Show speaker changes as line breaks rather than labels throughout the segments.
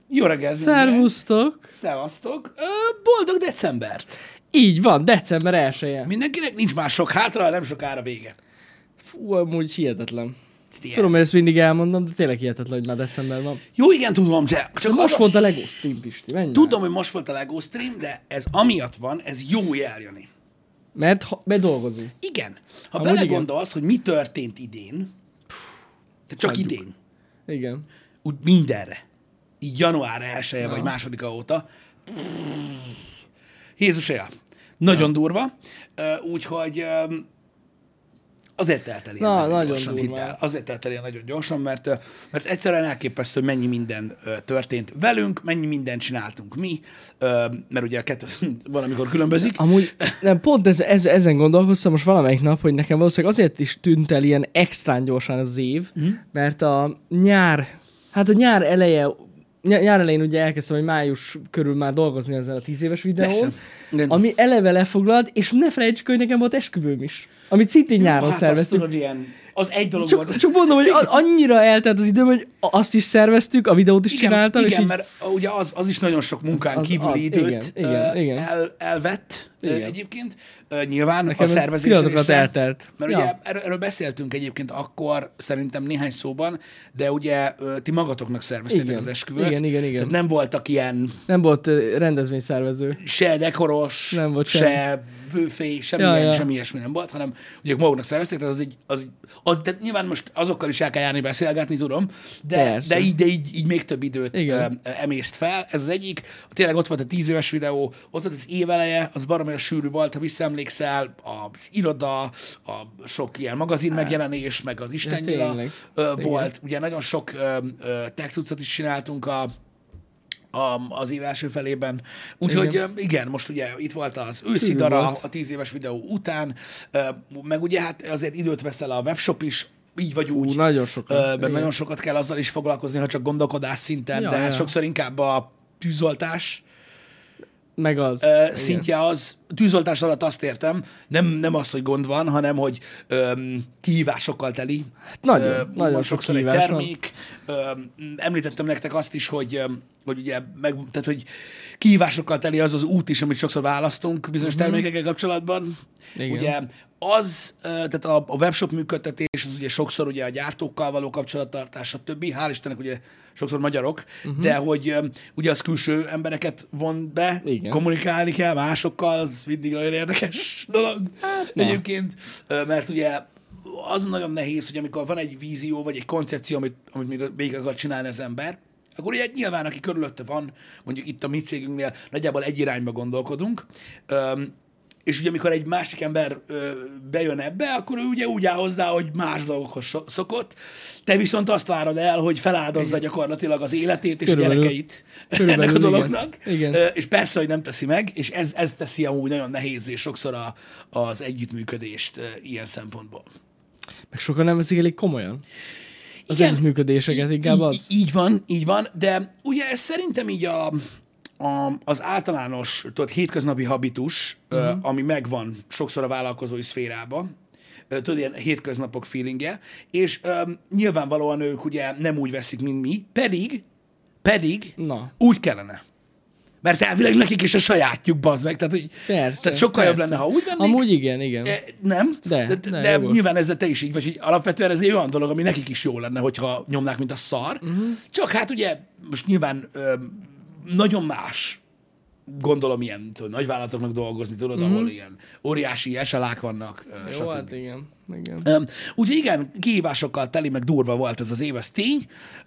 Jó reggelt!
Szervusztok!
Szevasztok! Boldog decembert!
Így van, december 1-e.
Mindenkinek nincs már sok hátra, nem sokára vége.
Fú, amúgy hihetetlen.
Ilyen.
Tudom, hogy ezt mindig elmondom, de tényleg hihetetlen, hogy már december van.
Jó, igen, tudom, de csak
Most volt a Lego stream, Pisti, menj
Tudom,
már.
hogy most volt a Lego stream, de ez amiatt van, ez jó jel, Jani.
Mert dolgozunk.
Igen. Ha
Amúgy
belegondolsz, hogy mi történt idén, de csak
Hagyjuk.
idén,
Igen.
úgy mindenre, így január 1-e vagy másodika óta, Jézus-ja, nagyon durva, úgyhogy azért telt el ilyen nagyon
nagyon
gyorsan,
durva.
hidd el. Azért telt el ilyen nagyon gyorsan, mert egyszerűen elképesztő, hogy mennyi minden történt velünk, mennyi mindent csináltunk mi, mert ugye a kettő valamikor különbözik.
Amúgy nem, pont ezen gondolkoztam most valamelyik nap, hogy nekem valószínűleg azért is tűnt el ilyen extrán gyorsan az év, mert a nyár elején ugye elkezdtem, hogy május körül már dolgozni ezzel a 10 éves videón,
Persze. Igen.
ami eleve lefoglalt, és ne felejtsük, hogy nekem volt esküvőm is, amit szintén nyáron
Hát azt
szerveztük.
tudod, ilyen, az egy dolog volt.
Csak mondom, hogy annyira eltelt az időm, hogy azt is szerveztük, a videót is csináltam.
Igen,
és így...
mert ugye az is nagyon sok munkán
Az-
kívüli időt
igen.
elvett
Igen.
egyébként. Nyilván
Nekem
a szervezésen
pillanatokat
is.
eltelt.
Mert
Ja.
ugye erről beszéltünk egyébként akkor, szerintem néhány szóban, de ugye ti magatoknak szerveztétek
Igen.
az esküvőt.
Igen.
Tehát nem voltak ilyen
Nem volt rendezvényszervező.
se dekoros,
Nem volt
se bőfé, semmi ilyesmi nem volt, hanem ugye maguknak szervezték, tehát tehát nyilván most azokkal is el kell járni beszélgetni, tudom,
Persze.
de így még több időt
Igen.
emészt fel. Ez az egyik. Tényleg ott volt a 10 éves videó, ott volt az éveleje, az baromira sűrű volt, ha visszaemlékszel, az iroda, a sok ilyen magazin megjelenés, meg az Istennyila
tényleg.
volt. Ugye nagyon sok tech cuccot is csináltunk az év első felében. Úgyhogy igen, most ugye itt volt az őszi
Sűrű
dara
volt.
a 10 éves videó után, meg ugye hát azért időt veszel a webshop is, így vagy úgy.
Nagyon sokat.
Mert
Igen.
nagyon sokat kell azzal is foglalkozni, ha csak gondolkodás szinten,
Ja,
de hát
ja.
sokszor inkább a tűzoltás
Meg az.
szintje az, tűzoltás alatt azt értem, nem az, hogy gond van, hanem hogy kihívásokkal teli.
Nagyon sok
sokszor egy
kihívás van.
termék. Említettem nektek azt is, hogy ugye, tehát, hogy kihívásokkal teli az út is, amit sokszor választunk bizonyos termékekkel kapcsolatban.
Igen.
Ugye tehát a webshop működtetés, az ugye sokszor ugye a gyártókkal való kapcsolattartás, stb. Hál' Istennek ugye sokszor magyarok, de hogy ugye az külső embereket von be,
Igen.
kommunikálni kell másokkal, az mindig nagyon érdekes dolog egyébként, mert ugye az nagyon nehéz, hogy amikor van egy vízió, vagy egy koncepció, amit még végig akar csinálni az ember, akkor ugye nyilván, aki körülötte van, mondjuk itt a mi cégünknél nagyjából egy irányba gondolkodunk, és ugye amikor egy másik ember bejön ebbe, akkor ő ugye úgy áll hozzá, hogy más dolgokhoz szokott, te viszont azt várod el, hogy feláldozza gyakorlatilag az életét és
Körülbelül.
a gyerekeit
Körülbelül,
ennek a
igen.
dolognak.
Igen.
És persze, hogy nem teszi meg, és ez teszi amúgy nagyon nehézzé sokszor az együttműködést ilyen szempontból.
Meg sokan nem veszik elég komolyan. Az
Igen,
együttműködéseket, inkább az.
Így van, de ugye ez szerintem így az általános, tudod, hétköznapi habitus, ami megvan sokszor a vállalkozói szférában, tudod, ilyen hétköznapok feelingje, és nyilvánvalóan ők ugye nem úgy veszik, mint mi, pedig
Na.
úgy kellene. Mert elvileg nekik is a sajátjuk, bazd meg. Tehát, hogy,
Persze,
tehát sokkal jobb
persze.
lenne, ha úgy vennék.
Amúgy igen.
Nem, de
jogos.
nyilván ezzel te is így vagy, hogy alapvetően ez egy olyan dolog, ami nekik is jó lenne, hogyha nyomnák, mint a szar. Csak hát ugye most nyilván nagyon más, gondolom ilyen nagyvállalatoknak dolgozni, tudod, ahol ilyen óriási eselák vannak,
Jó,
stb.
hát igen.
Úgyhogy igen, kihívásokkal teli, meg durva volt ez az év, ez tény,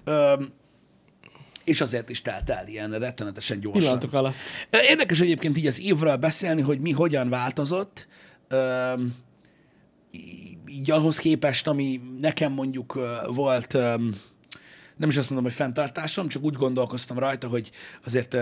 és azért is telt el ilyen rettenetesen gyorsan.
Pillanatok alatt.
Érdekes egyébként így az évről beszélni, hogy mi hogyan változott, így ahhoz képest, ami nekem mondjuk volt, nem is azt mondom, hogy fenntartásom, csak úgy gondolkoztam rajta, hogy azért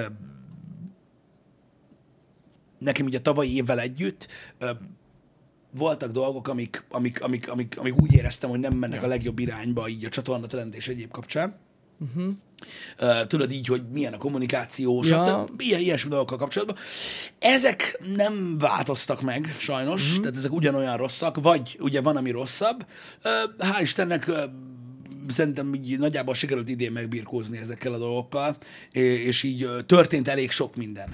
nekem így a tavalyi évvel együtt voltak dolgok, amik úgy éreztem, hogy nem mennek a legjobb irányba így a csatornatrend és egyéb kapcsán. Tudod így, hogy milyen a kommunikáció, stb. Ilyesmi dolgokkal kapcsolatban. Ezek nem változtak meg, sajnos, tehát ezek ugyanolyan rosszak, vagy ugye van, ami rosszabb. Hál' Istennek szerintem így nagyjából sikerült idén megbirkózni ezekkel a dolgokkal, és így történt elég sok minden.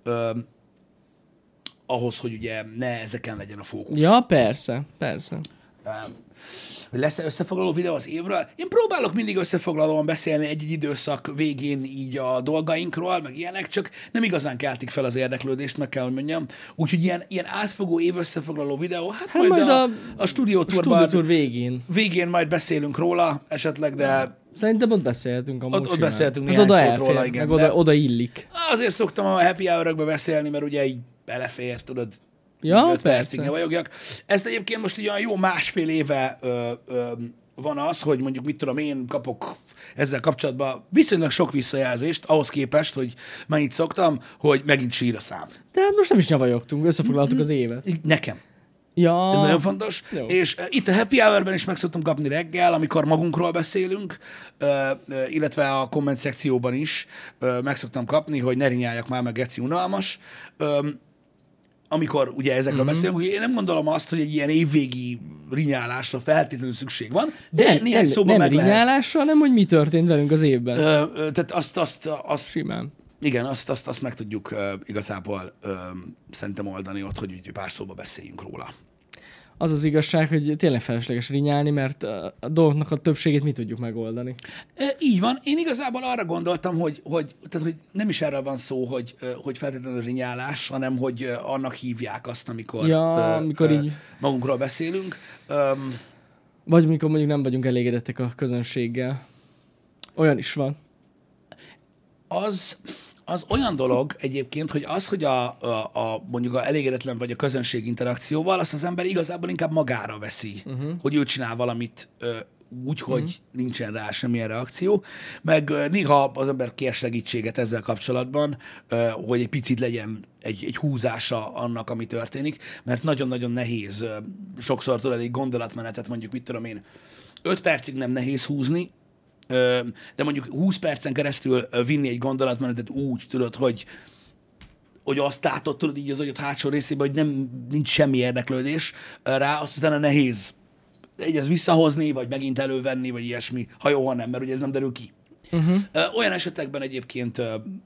Ahhoz, hogy ugye ne ezeken legyen a fókusz.
Ja, persze, persze.
Hogy lesz-e összefoglaló videó az évről? Én próbálok mindig összefoglalóan beszélni egy időszak végén így a dolgainkról, meg ilyenek, csak nem igazán keltik fel az érdeklődést, meg kell, hogy mondjam. Úgyhogy ilyen átfogó év összefoglaló videó, hát majd a stúdiótúrban végén majd beszélünk róla esetleg, de...
Szerintem ott beszéltünk amúgy.
Ott beszéltünk néhány szót róla, igen.
Meg oda illik.
Azért szoktam a happy hour-ökbe beszélni, mert ugye így belefér, tudod.
Ja,
5 percig ne vagyogjak. Ezt egyébként most így olyan jó másfél éve van az, hogy mondjuk mit tudom én, kapok ezzel kapcsolatban viszonylag sok visszajelzést, ahhoz képest, hogy mennyit szoktam, hogy megint sír a szám.
De hát most nem is nyavajogtunk, összefoglaltuk az évet.
Nekem.
Ja.
Ez nagyon fontos.
Jó.
És itt a happy hour-ben is meg szoktam kapni reggel, amikor magunkról beszélünk, illetve a komment szekcióban is meg szoktam kapni, hogy ne rinyáljak már, meg geci unalmas. Amikor ugye ezekről beszélünk, ugye én nem gondolom azt, hogy egy ilyen évvégi rinyálásra feltétlenül szükség van, de néhány szóban meg lehet.
Nem rinyálásra, hanem hogy mi történt velünk az évben.
Tehát azt
simán.
Igen, azt meg tudjuk igazából szerintem oldani ott, hogy pár szóba beszéljünk róla.
Az az igazság, hogy tényleg felesleges rinyálni, mert a dolgoknak a többségét mi tudjuk megoldani.
Így van. Én igazából arra gondoltam, hogy nem is erről van szó, hogy feltétlenül rinyálás, hanem hogy annak hívják azt, amikor,
amikor így
magunkról beszélünk.
Vagy mikor mondjuk nem vagyunk elégedettek a közönséggel. Olyan is van.
Az olyan dolog egyébként, hogy az, hogy mondjuk a elégedetlen vagy a közönség interakcióval, azt az ember igazából inkább magára veszi, hogy ő csinál valamit úgy, hogy nincsen rá semmilyen reakció, meg néha az ember kér segítséget ezzel kapcsolatban, hogy egy picit legyen egy húzása annak, ami történik, mert nagyon-nagyon nehéz sokszor tudod egy gondolatmenetet, mondjuk mit tudom én, 5 percig nem nehéz húzni, de mondjuk 20 percen keresztül vinni egy gondolatmenetet úgy, tudod, hogy azt látod, tudod így az agyad hátsó részében, hogy nincs semmi érdeklődés rá, azt utána nehéz ez visszahozni, vagy megint elővenni, vagy ilyesmi, ha jó, ha nem, mert ugye ez nem derül ki. Olyan esetekben egyébként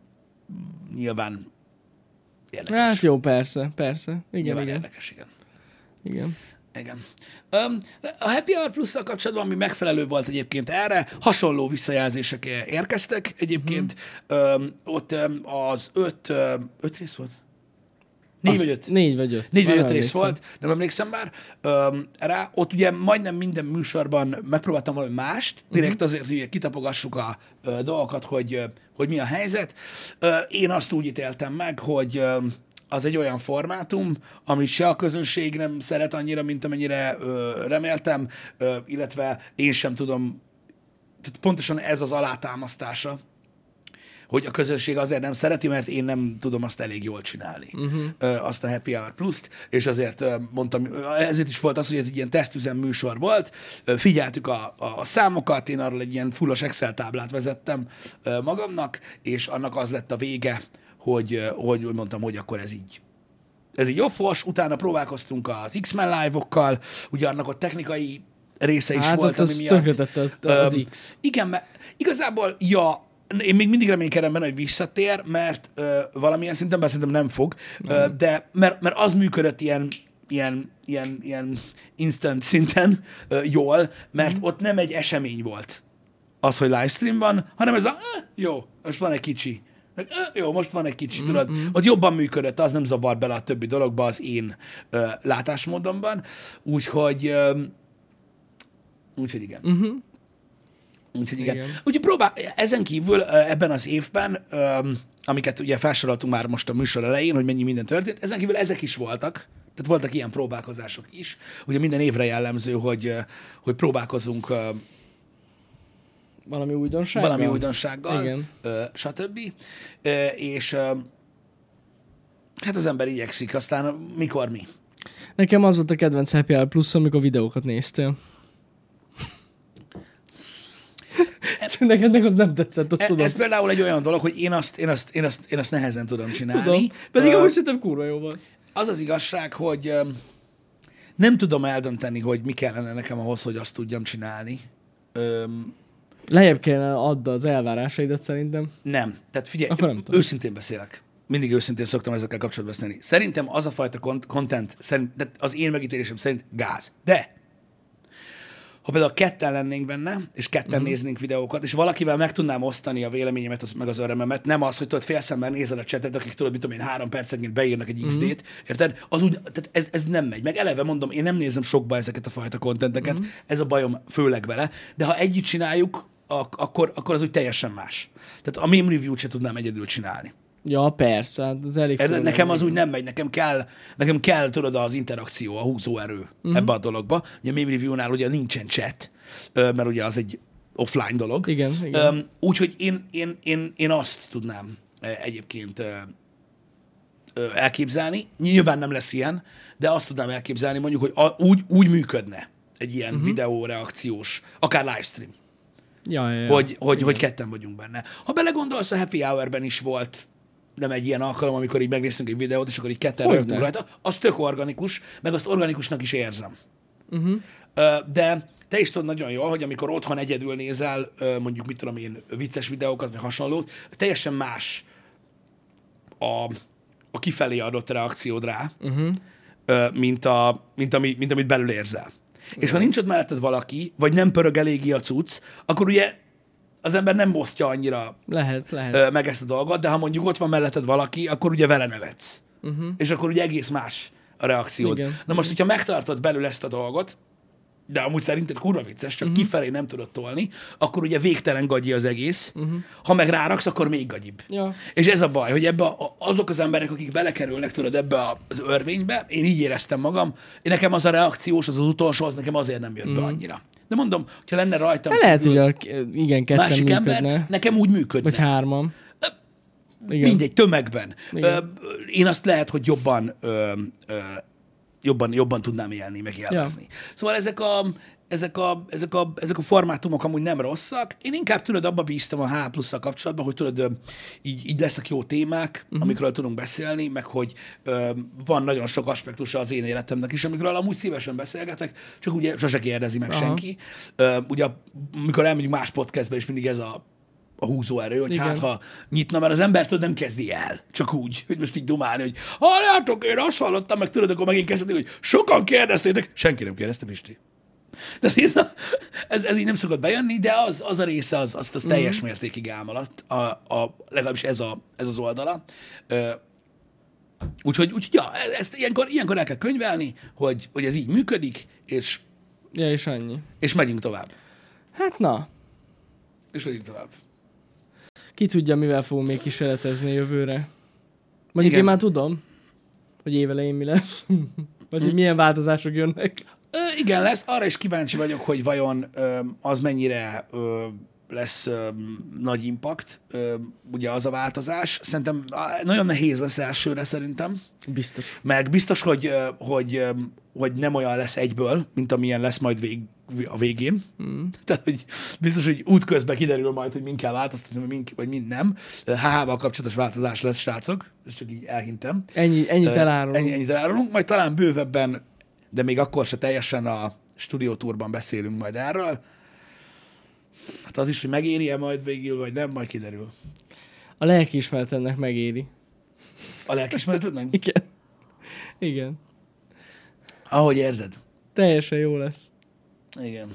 nyilván érdekes.
Hát jó, persze. Igen,
nyilván
igen.
Érdekes, igen.
Igen.
A Happy Hour Plus-szal kapcsolatban, ami megfelelő volt egyébként erre, hasonló visszajelzések érkeztek egyébként. Ott az 5 rész volt? 4 vagy 5?
4 vagy 5.
4 vagy 5 rész volt, nem emlékszem már. Rá ott ugye majdnem minden műsorban megpróbáltam valami mást, direkt azért, hogy kitapogassuk a dolgokat, hogy mi a helyzet. Én azt úgy ítéltem meg, hogy az egy olyan formátum, amit se a közönség nem szeret annyira, mint amennyire reméltem, illetve én sem tudom, tehát pontosan ez az alátámasztása, hogy a közönség azért nem szereti, mert én nem tudom azt elég jól csinálni, azt a Happy Hour Plus-t, és azért mondtam, ezért is volt az, hogy ez egy ilyen tesztüzem műsor volt, figyeltük a számokat, én arról egy ilyen fullos Excel táblát vezettem magamnak, és annak az lett a vége, hogy mondtam, hogy akkor ez így offos, utána próbálkoztunk az X-Men live-okkal, ugye annak ott technikai része is volt, ami miatt.
Tönkretett az X.
Igen, mert igazából, én még mindig reménykedem benne, hogy visszatér, mert valamilyen szinten, bár szerintem nem fog, de mert az működött ilyen instant szinten jól, mert ott nem egy esemény volt az, hogy livestream van, hanem ez jó, most van egy kicsi. Jó, most van egy kicsi, tudod. Ott jobban működött, az nem zavar bele a többi dologba az én látásmódomban. Úgyhogy igen. Úgyhogy igen. Úgyhogy ezen kívül ebben az évben, amiket ugye felsoroltunk már most a műsor elején, hogy mennyi minden történt, ezen kívül ezek is voltak. Tehát voltak ilyen próbálkozások is. Ugye minden évre jellemző, hogy próbálkozunk
valami újdonsággal.
Igen. Stb. És hát az ember igyekszik, aztán mikor mi.
Nekem az volt a kedvenc Happy Hour Plus, amikor videókat néztél. Neked meg az nem tetszett, azt tudom.
Ez például egy olyan dolog, hogy én azt nehezen tudom csinálni.
Tudom. Pedig amúgy szerintem kurva jó volt.
Az az igazság, hogy nem tudom eldönteni, hogy mi kellene nekem ahhoz, hogy azt tudjam csinálni.
Lejjebb kellene add az elvárásaidat szerintem.
Nem. Tehát figyelj,
Nem
őszintén beszélek. Mindig őszintén szoktam ezekkel kapcsolatban beszélni. Szerintem az a fajta content, de az én megítélésem szerint gáz. De ha például ketten lennénk benne, és ketten néznénk videókat, és valakivel meg tudnám osztani a véleményemet, meg az örömemet, nem az, hogy tudod, fél szemben nézed a csetet, akik tudod, mit tudom én, 3 percenként beírnak egy XD-t, érted? Az úgy, tehát ez nem megy. Meg eleve mondom, én nem nézem sokba ezeket a fajta contenteket, ez a bajom főleg vele, de ha együtt csináljuk, akkor az úgy teljesen más. Tehát a meme review-t se tudnám egyedül csinálni.
Ja, persze, hát az elég
Érted? Nekem az úgy nem megy, nekem kell tudod, az interakció, a húzóerő ebbe a dologba. Ugye a meme review-nál ugye nincsen chat, mert ugye az egy offline dolog.
Igen.
Úgyhogy én azt tudnám egyébként elképzelni. Nyilván nem lesz ilyen, de azt tudnám elképzelni mondjuk, hogy úgy működne egy ilyen videóreakciós, akár livestream.
Ja.
Hogy ketten vagyunk benne. Ha belegondolsz, a Happy Hour-ben is volt nem egy ilyen alkalom, amikor így megnéztünk egy videót, és akkor így ketten rögtünk rajta, az tök organikus, meg azt organikusnak is érzem. De te is tudod nagyon jól, hogy amikor otthon egyedül nézel, mondjuk mit tudom én, vicces videókat, vagy hasonlót, teljesen más a kifelé adott reakciód rá, mint amit belül érzel. És ha nincs ott melletted valaki, vagy nem pörög eléggé a cucc, akkor ugye az ember nem osztja annyira
Lehet.
meg ezt a dolgot, de ha mondjuk ott van melletted valaki, akkor ugye vele nevetsz. És akkor ugye egész más a reakciód.
Igen.
Na most, hogyha megtartod belül ezt a dolgot, de amúgy szerinted kurva vicces, csak kifelé nem tudod tolni, akkor ugye végtelen gagyi az egész. Ha meg ráraksz, akkor még gagyibb.
Ja.
És ez a baj, hogy azok az emberek, akik belekerülnek, tudod, ebbe az örvénybe, én így éreztem magam, nekem az a reakciós, az utolsó, az nekem azért nem jött be annyira. De mondom, hogyha lenne rajtam...
Lehet, hogy igen, ketten
másik
működne.
ember, nekem úgy működne.
Vagy 3. Igen.
Mindegy, tömegben.
Igen.
Én azt lehet, hogy jobban tudnám élni, meg élvezni. Ja. Szóval ezek a formátumok amúgy nem rosszak. Én inkább tudod, abba bíztam a H plusszal kapcsolatban, hogy tudod, így lesznek jó témák, amikről tudunk beszélni, meg hogy van nagyon sok aspektusa az én életemnek is, amikről amúgy szívesen beszélgetek, csak ugye sose kérdezi meg senki. Ugye, amikor elmegyünk más podcastbe, és mindig ez a húzóerő, hogy hát ha nyitna, mert az ember tudod, nem kezdi el. Csak úgy, hogy most így dumálni, hogy halljátok, én azt hallottam, meg tudod, akkor megint kezdeni, hogy sokan kérdeztétek, senki nem kérdezte, Pisti. De ez így nem szokott bejönni, de az a része, az teljes mértékig álmalatt, legalábbis ez az oldala. Úgyhogy ja, ezt ilyenkor el kell könyvelni, hogy ez így működik, és
annyi.
És megyünk tovább.
Hát na.
És megyünk tovább.
Ki tudja, mivel fogunk még kísérletezni jövőre. Mondjuk én már tudom, hogy évelején mi lesz. Vagy hogy milyen változások jönnek.
Igen, lesz. Arra is kíváncsi vagyok, hogy vajon az mennyire lesz nagy impact, ugye az a változás. Szerintem nagyon nehéz lesz elsőre szerintem.
Biztos.
Meg biztos, hogy nem olyan lesz egyből, mint amilyen lesz majd a végén. Tehát, hogy biztos, hogy útközben kiderül majd, hogy mind kell változtatni, vagy mind nem. HH-val kapcsolatos változás lesz, srácok. Ezt csak így elhintem.
Ennyit elárulunk.
Ennyit elárulunk. Majd talán bővebben, de még akkor se teljesen a stúdiótúrban beszélünk majd erről. Hát az is, hogy megéri-e majd végül, vagy nem, majd kiderül.
A lelkiismeretemnek megéri.
A lelkiismeretednek?
Igen.
Ahogy érzed.
Teljesen jó lesz.
Igen.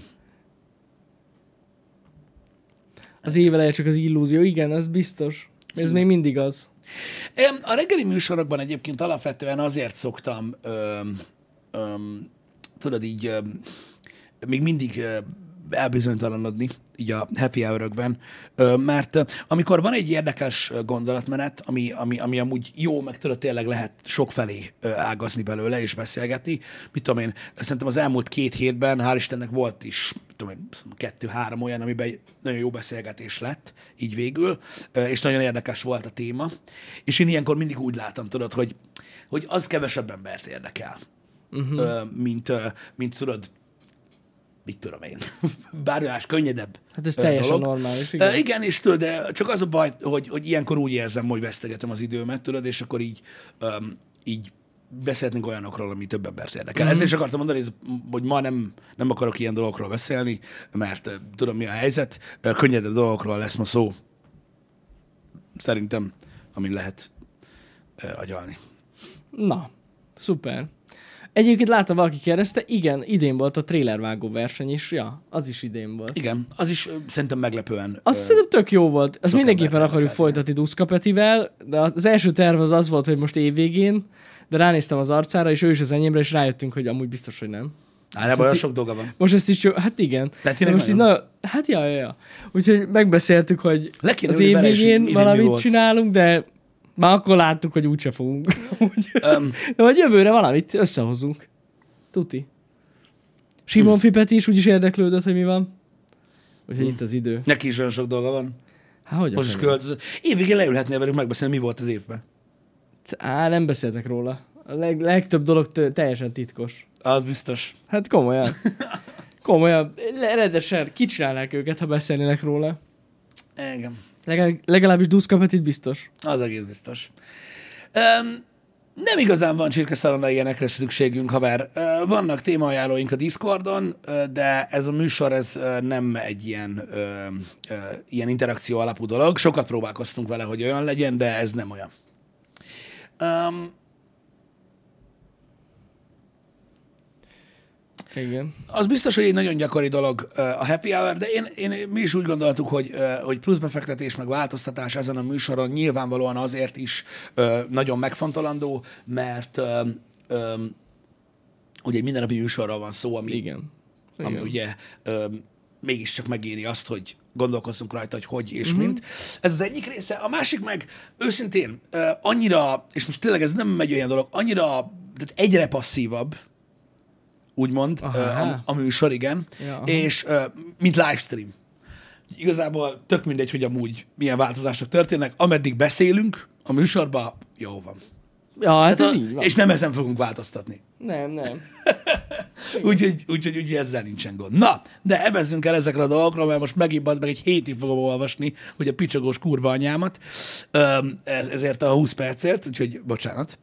Az éveleje csak az illúzió. Igen, az biztos. Ez még mindig az.
A reggeli műsorokban egyébként alapvetően azért szoktam tudod így még mindig elbizonytalanodni így a happy hour-ökben, mert amikor van egy érdekes gondolatmenet, ami amúgy jó, meg tudod, tényleg lehet sokfelé ágazni belőle és beszélgetni. Mit tudom én, szerintem az elmúlt 2 hétben, hál' Istennek volt is, tudom én, 2-3 olyan, amiben nagyon jó beszélgetés lett, így végül, és nagyon érdekes volt a téma. És én ilyenkor mindig úgy látom, tudod, hogy az kevesebb embert érdekel, mint tudod, mit tudom én, bármi más könnyedebb.
Hát ez teljesen normális.
Igen. Igen, és tudod, de csak az a baj, hogy ilyenkor úgy érzem, hogy vesztegetem az időmet, tudod, és akkor így beszélhetnénk olyanokról, ami több embert érdekel. Ezért is akartam mondani, hogy ma nem akarok ilyen dolgokról beszélni, mert tudom, mi a helyzet. Könnyedebb dolgokról lesz ma szó. Szerintem, amin lehet agyalni.
Na, szuper. Egyébként láttam, valaki kérdezte, igen, idén volt a trailervágó verseny is, ja, az is idén volt.
Igen, az is szerintem meglepően.
Azt szerintem tök jó volt. Azt mindenképpen akarjuk folytatni Duszka Petivel, de az első terv az volt, hogy most évvégén, de ránéztem az arcára, és ő is az enyémre, és rájöttünk, hogy amúgy biztos, hogy nem.
Nem olyan sok dolga van.
Most ezt is jó, hát igen. Most így hát ja. Úgyhogy megbeszéltük, hogy az évvégén valamit csinálunk, de már akkor láttuk, hogy úgyse fogunk. De vagy jövőre valamit összehozunk. Tuti. Simon Fipeti is úgyis érdeklődött, hogy mi van. Úgyhogy itt az idő.
Neki is olyan sok dolga van.
Hát hogy
most is költözött. Évvégén leülhetnél velük megbeszélni, mi volt az évben.
Nem beszéltek róla. A legtöbb dolog teljesen titkos.
Az biztos.
Hát komolyan. Komolyan. Eredesen kicsinálnák őket, ha beszélnének róla.
Igen.
Legalábbis Duszka Petit biztos.
Az egész biztos. Nem igazán van csirkeszalonna ilyenekre szükségünk, haver. Vannak témaajánlóink a Discordon, de ez a műsor ez nem egy ilyen interakció alapú dolog. Sokat próbálkoztunk vele, hogy olyan legyen, de ez nem olyan.
Igen.
Az biztos, hogy egy nagyon gyakori dolog a happy hour, de mi is úgy gondoltuk, hogy pluszbefektetés meg változtatás ezen a műsoron nyilvánvalóan azért is nagyon megfontolandó, mert ugye egy mindennapi műsorral van szó, ami ugye mégiscsak megéri azt, hogy gondolkozzunk rajta, hogy és mint. Ez az egyik része. A másik meg őszintén annyira, és most tényleg ez nem egy olyan dolog, annyira tehát egyre passzívabb, úgymond, a műsor, igen, és mint livestream. Igazából tök mindegy, hogy amúgy milyen változások történnek, ameddig beszélünk a műsorban, jó van.
Ja, hát ez így van.
És nem ezen fogunk változtatni.
Nem.
Úgyhogy ezzel nincsen gond. Na, de evezzünk el ezekre a dolgokról, mert most megint az meg egy hétig fogom olvasni, hogy a picsogós kurva anyámat, ezért a 20 percért, úgyhogy bocsánat.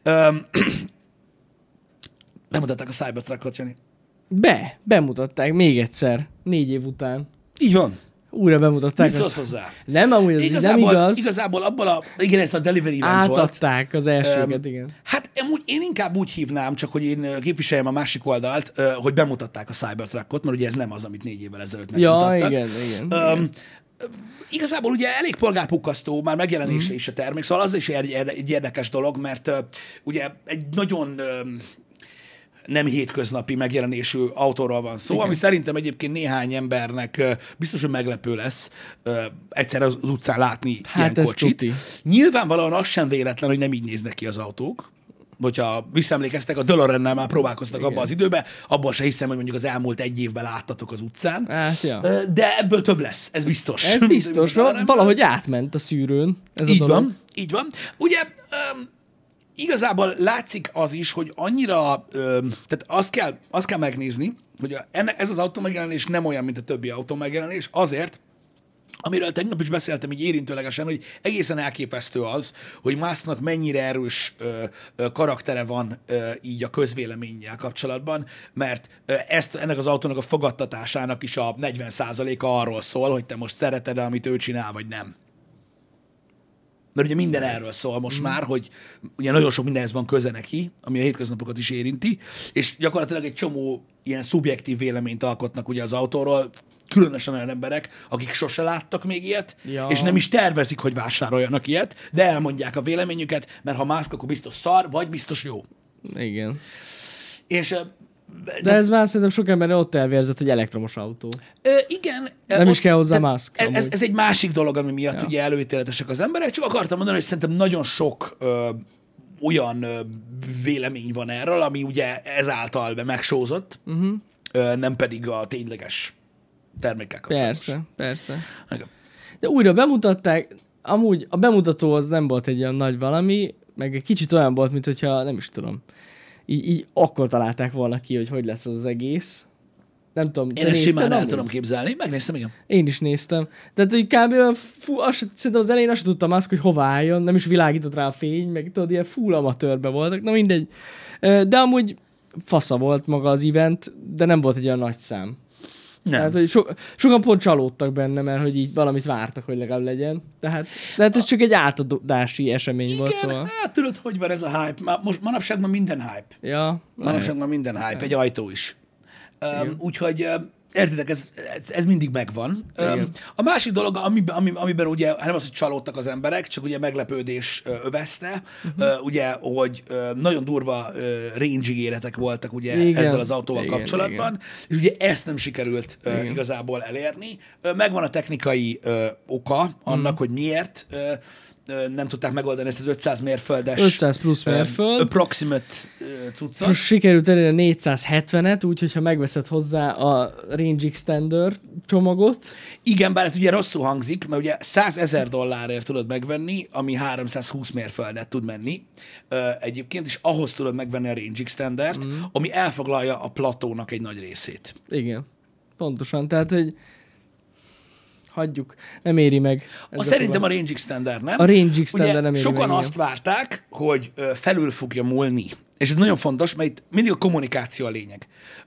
Bemutatták a Cybertruckot, Jani.
Bemutatták még egyszer, 4 év után.
Így van.
Újra bemutatták.
Mit szólsz hozzá?
Nem, amúgy az nem igaz.
Igazából abban igen, ez a delivery event volt.
Átadták az elsőket, igen.
Hát én inkább úgy hívnám, csak hogy én képviseljem a másik oldalt, hogy bemutatták a Cybertruckot, mert ugye ez nem az, amit 4 évvel ezelőtt megmutattak.
Ja, igen.
Igazából ugye elég polgárpukkasztó, már megjelenése is a termék, szóval az is egy érdekes dolog, mert ugye egy nagyon nem hétköznapi megjelenésű autóról van szó, ami szerintem egyébként néhány embernek biztos, hogy meglepő lesz egyszer az utcán látni ilyen kocsit. Tuti. Nyilvánvalóan az sem véletlen, hogy nem így néznek ki az autók. Hogyha visszaemlékeztek, a DeLoreannel már próbálkoztak abban az időben, abban se hiszem, hogy mondjuk az elmúlt 1 évben láttatok az utcán.
Hát, ja.
De ebből több lesz, ez biztos.
Ez biztos, valahogy átment a szűrőn. Ez
így van, így van. Ugye igazából látszik az is, hogy annyira, tehát azt kell megnézni, hogy ez az autó megjelenés nem olyan, mint a többi autó megjelenés, azért, amiről tegnap is beszéltem így érintőlegesen, hogy egészen elképesztő az, hogy Musknak mennyire erős karaktere van így a közvéleménnyel kapcsolatban, mert ennek az autónak a fogadtatásának is a 40%-a arról szól, hogy te most szereted, amit ő csinál, vagy nem. Mert ugye minden erről szól most már, hogy ugye nagyon sok mindenhez van köze neki, ami a hétköznapokat is érinti, és gyakorlatilag egy csomó ilyen szubjektív véleményt alkotnak ugye az autóról, különösen olyan emberek, akik sose láttak még ilyet, és nem is tervezik, hogy vásároljanak ilyet, de elmondják a véleményüket, mert ha Musk, akkor biztos szar, vagy biztos jó.
Igen.
És
de ez már szerintem sok embernek ott elvérzett, hogy elektromos autó.
Igen.
Nem is kell hozzá Musk.
Ez egy másik dolog, ami miatt ugye előítéletesek az emberek, csak akartam mondani, hogy szerintem nagyon sok olyan vélemény van erről, ami ugye ezáltal megsózott, nem pedig a tényleges termékkel kapcsolatos.
Persze. Igen. De újra bemutatták, amúgy a bemutató az nem volt egy olyan nagy valami, meg egy kicsit olyan volt, mint hogyha nem is tudom, így akkor találták volna ki, hogy lesz az egész. Nem tudom.
Én ezt simán el tudom képzelni. Megnéztem, igen.
Én is néztem. Tehát, hogy kb. Szerintem az elején azt tudtam azt, hogy hova álljon, nem is világított rá a fény, meg tudod, ilyen full amatőrbe voltak. Na mindegy. De amúgy fasza volt maga az event, de nem volt egy olyan nagy szám. Nem. Tehát, hogy sokan pont csalódtak benne, mert hogy így valamit vártak, hogy legalább legyen. Tehát ez csak egy átadási esemény
igen,
volt, szóval.
Hát tudod, hogy van ez a hype. Most manapság már minden hype.
Ja.
Manapság már minden hype, egy ajtó is. Úgyhogy értitek, ez mindig megvan. A másik dolog, amiben ugye nem az, hogy csalódtak az emberek, csak ugye meglepődés övezte, ugye, hogy nagyon durva range ígéretek voltak ugye ezzel az autóval kapcsolatban, és ugye ezt nem sikerült igazából elérni. Megvan a technikai oka annak, hogy miért nem tudták megoldani ezt az 500 mérföldes
500 plusz mérföld
approximate cuccot.
Most sikerült elérni a 470-et, úgyhogy ha megveszed hozzá a Range Extender csomagot.
Igen, bár ez ugye rosszul hangzik, mert ugye $100,000 tudod megvenni, ami 320 mérföldet tud menni egyébként, és ahhoz tudod megvenni a Range Extendert, ami elfoglalja a platónak egy nagy részét.
Igen, pontosan. Tehát, hogy hagyjuk, nem éri meg.
Szerintem a Range Extender, nem?
A Range Extender
ugye
nem éri
sokan
meg,
azt várták, hogy felül fogja múlni. És ez nagyon fontos, mert itt mindig a kommunikáció a lényeg.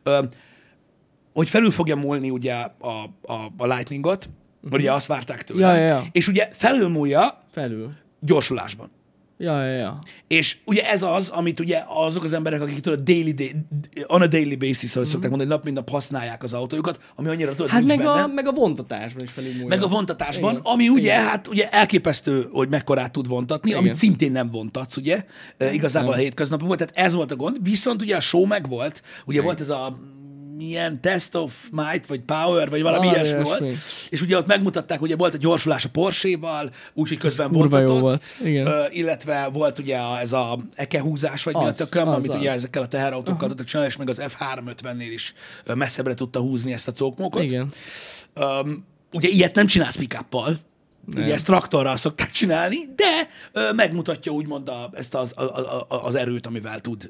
Hogy felül fogja múlni ugye a Lightningot, ugye azt várták tőle.
Ja.
És ugye felülmúlja gyorsulásban.
Ja.
És ugye ez az, amit ugye azok az emberek, akik tudod on a daily basis, ahogy szokták mondani, nap mint nap használják az autójukat, ami annyira tudod,
hát
nincs benne.
meg a vontatásban is felülmúlja.
Meg a vontatásban, igen. Ami ugye, hát ugye elképesztő, hogy mekkorát tud vontatni, igen. Amit szintén nem vontatsz, ugye, igazából a hétköznapokban, tehát ez volt a gond, viszont ugye a show megvolt, ugye volt ez a milyen Test of Might, vagy Power, vagy valami ilyesmi volt. És ugye ott megmutatták, ugye volt a gyorsulás a Porsche-val, úgyhogy közben vontatott.
Volt.
Illetve volt ugye ez a ekehúzás, vagy mi a tököm, amit ugye ezekkel a teherautókkal tudtak csinálni, és meg az F350-nél is messzebbre tudta húzni ezt a cókmókot.
Igen.
Ugye ilyet nem csinálsz pick-uppal, ugye ezt traktorral szokták csinálni, de megmutatja úgymond ezt az erőt, amivel tud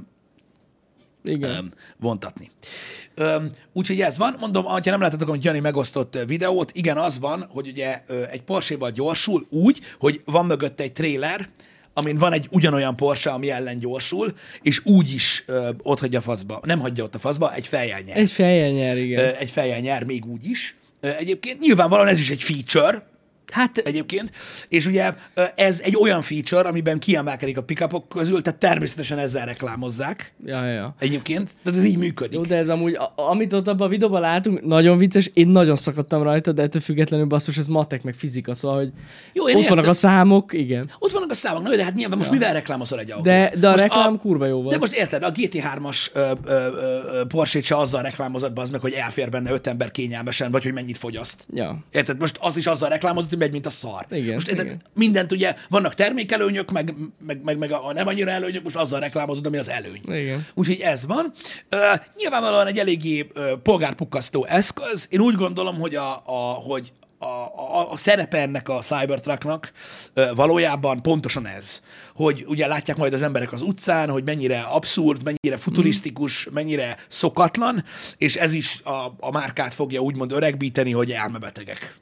vontatni. Úgyhogy ez van. Mondom, ha nem láttátok, amit Jani megosztott videót, igen, az van, hogy ugye egy Porsche-val gyorsul úgy, hogy van mögötte egy trailer, amin van egy ugyanolyan Porsche, ami ellen gyorsul, és úgy is ott hagyja a faszba. Nem hagyja ott a faszba, egy fejjel nyer.
Egy fejjel nyer, igen.
Egy fejjel nyer, még úgy is. Egyébként nyilvánvalóan ez is egy feature,
hát
egyébként, és ugye ez egy olyan feature, amiben kiemelkedik a pick-upok közül, tehát természetesen ezzel reklámozzák.
Ja.
Egyébként, tehát ez így működik.
Jó, de ez amúgy, amit ott abban a videóban látunk, nagyon vicces, én nagyon szakadtam rajta, de ettől függetlenül basszus, ez matek meg fizika, szóval, hogy jó, ott vannak a számok, igen.
Ott vannak a számok, na, de hát nyilván most mivel reklámozol egy autót?
De a reklám kurva jó volt.
De most érted, a GT3-as Porsche-t se azzal reklámozott, bazd meg, hogy elfér benne 5 ember kényelmesen, vagy hogy mennyit fogyaszt.
Ja.
Érted, most az is azzal reklámozott, hogy megy, mint a szar.
Igen,
most érted, mindent ugye, vannak termékelőnyök, meg a nem annyira előnyök, most azzal reklámozod, ami az előny.
Igen.
Úgyhogy ez van. Nyilvánvalóan egy eléggé polgárpukkasztó eszköz. Én úgy gondolom, hogy a szerepe ennek a Cybertrucknak valójában pontosan ez, hogy ugye látják majd az emberek az utcán, hogy mennyire abszurd, mennyire futurisztikus, mennyire szokatlan, és ez is a márkát fogja úgymond öregbíteni, hogy elmebetegek.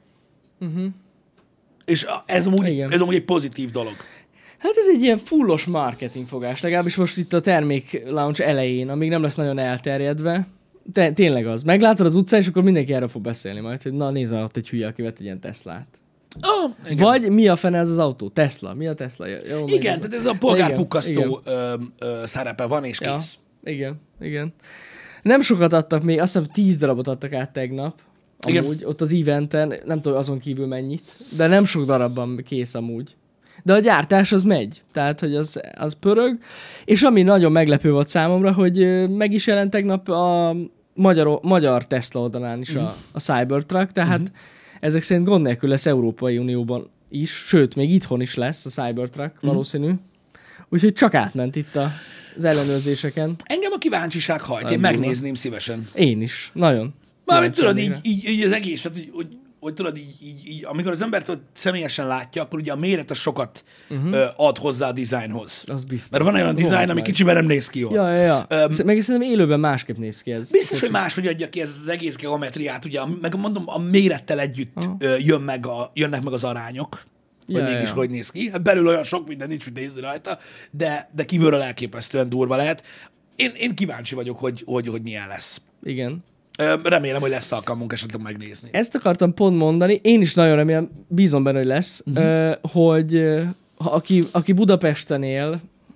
És ez amúgy egy pozitív dolog.
Hát ez egy ilyen fullos marketingfogás, legalábbis most itt a termék launch elején, amíg nem lesz nagyon elterjedve. Tényleg az. Meglátod az utcán, és akkor mindenki erről fog beszélni majd, hogy na nézd ott egy hülye, aki vett egy ilyen Teslát. Vagy mi a fene ez az autó? Tesla. Mi a Tesla? Jó,
igen, tehát ez a polgárpukkasztó szerepe van, és kész.
Ja, igen. Nem sokat adtak még, azt hiszem 10 darabot adtak át tegnap. Amúgy, ott az eventen, nem tudom azon kívül mennyit, de nem sok darabban kész amúgy. De a gyártás az megy, tehát hogy az pörög, és ami nagyon meglepő volt számomra, hogy meg is jelent tegnap a magyar Tesla oldalán is a Cybertruck, tehát ezek szerint gond nélkül lesz Európai Unióban is, sőt, még itthon is lesz a Cybertruck valószínű. Úgyhogy csak átment itt az ellenőrzéseken.
Engem a kíváncsiság hajt, én megnézném szívesen.
Én is, nagyon.
Mármint tudod, így az egészet, hogy hogy tudod, így, amikor az embert személyesen látja, akkor ugye a méret sokat ad hozzá a dizájnhoz.
Az biztos.
Mert van olyan dizájn, ami kicsiben nem néz ki jól.
Ja. Meg szerintem élőben másképp néz ki ez.
Biztos, hogy máshogy adja ki ez az egész geometriát, ugye, meg mondom, a mérettel együtt jönnek meg az arányok, hogy mégis hogy néz ki. Hát belül olyan sok minden nincs, mit nézni rajta, de kívülről elképesztően durva lehet. Én kíváncsi vagyok, hogy milyen lesz.
Igen.
Remélem, hogy lesz alkalmunk esetleg megnézni.
Ezt akartam pont mondani, én is nagyon remélem, bízom benne, hogy lesz, hogy aki Budapesten él,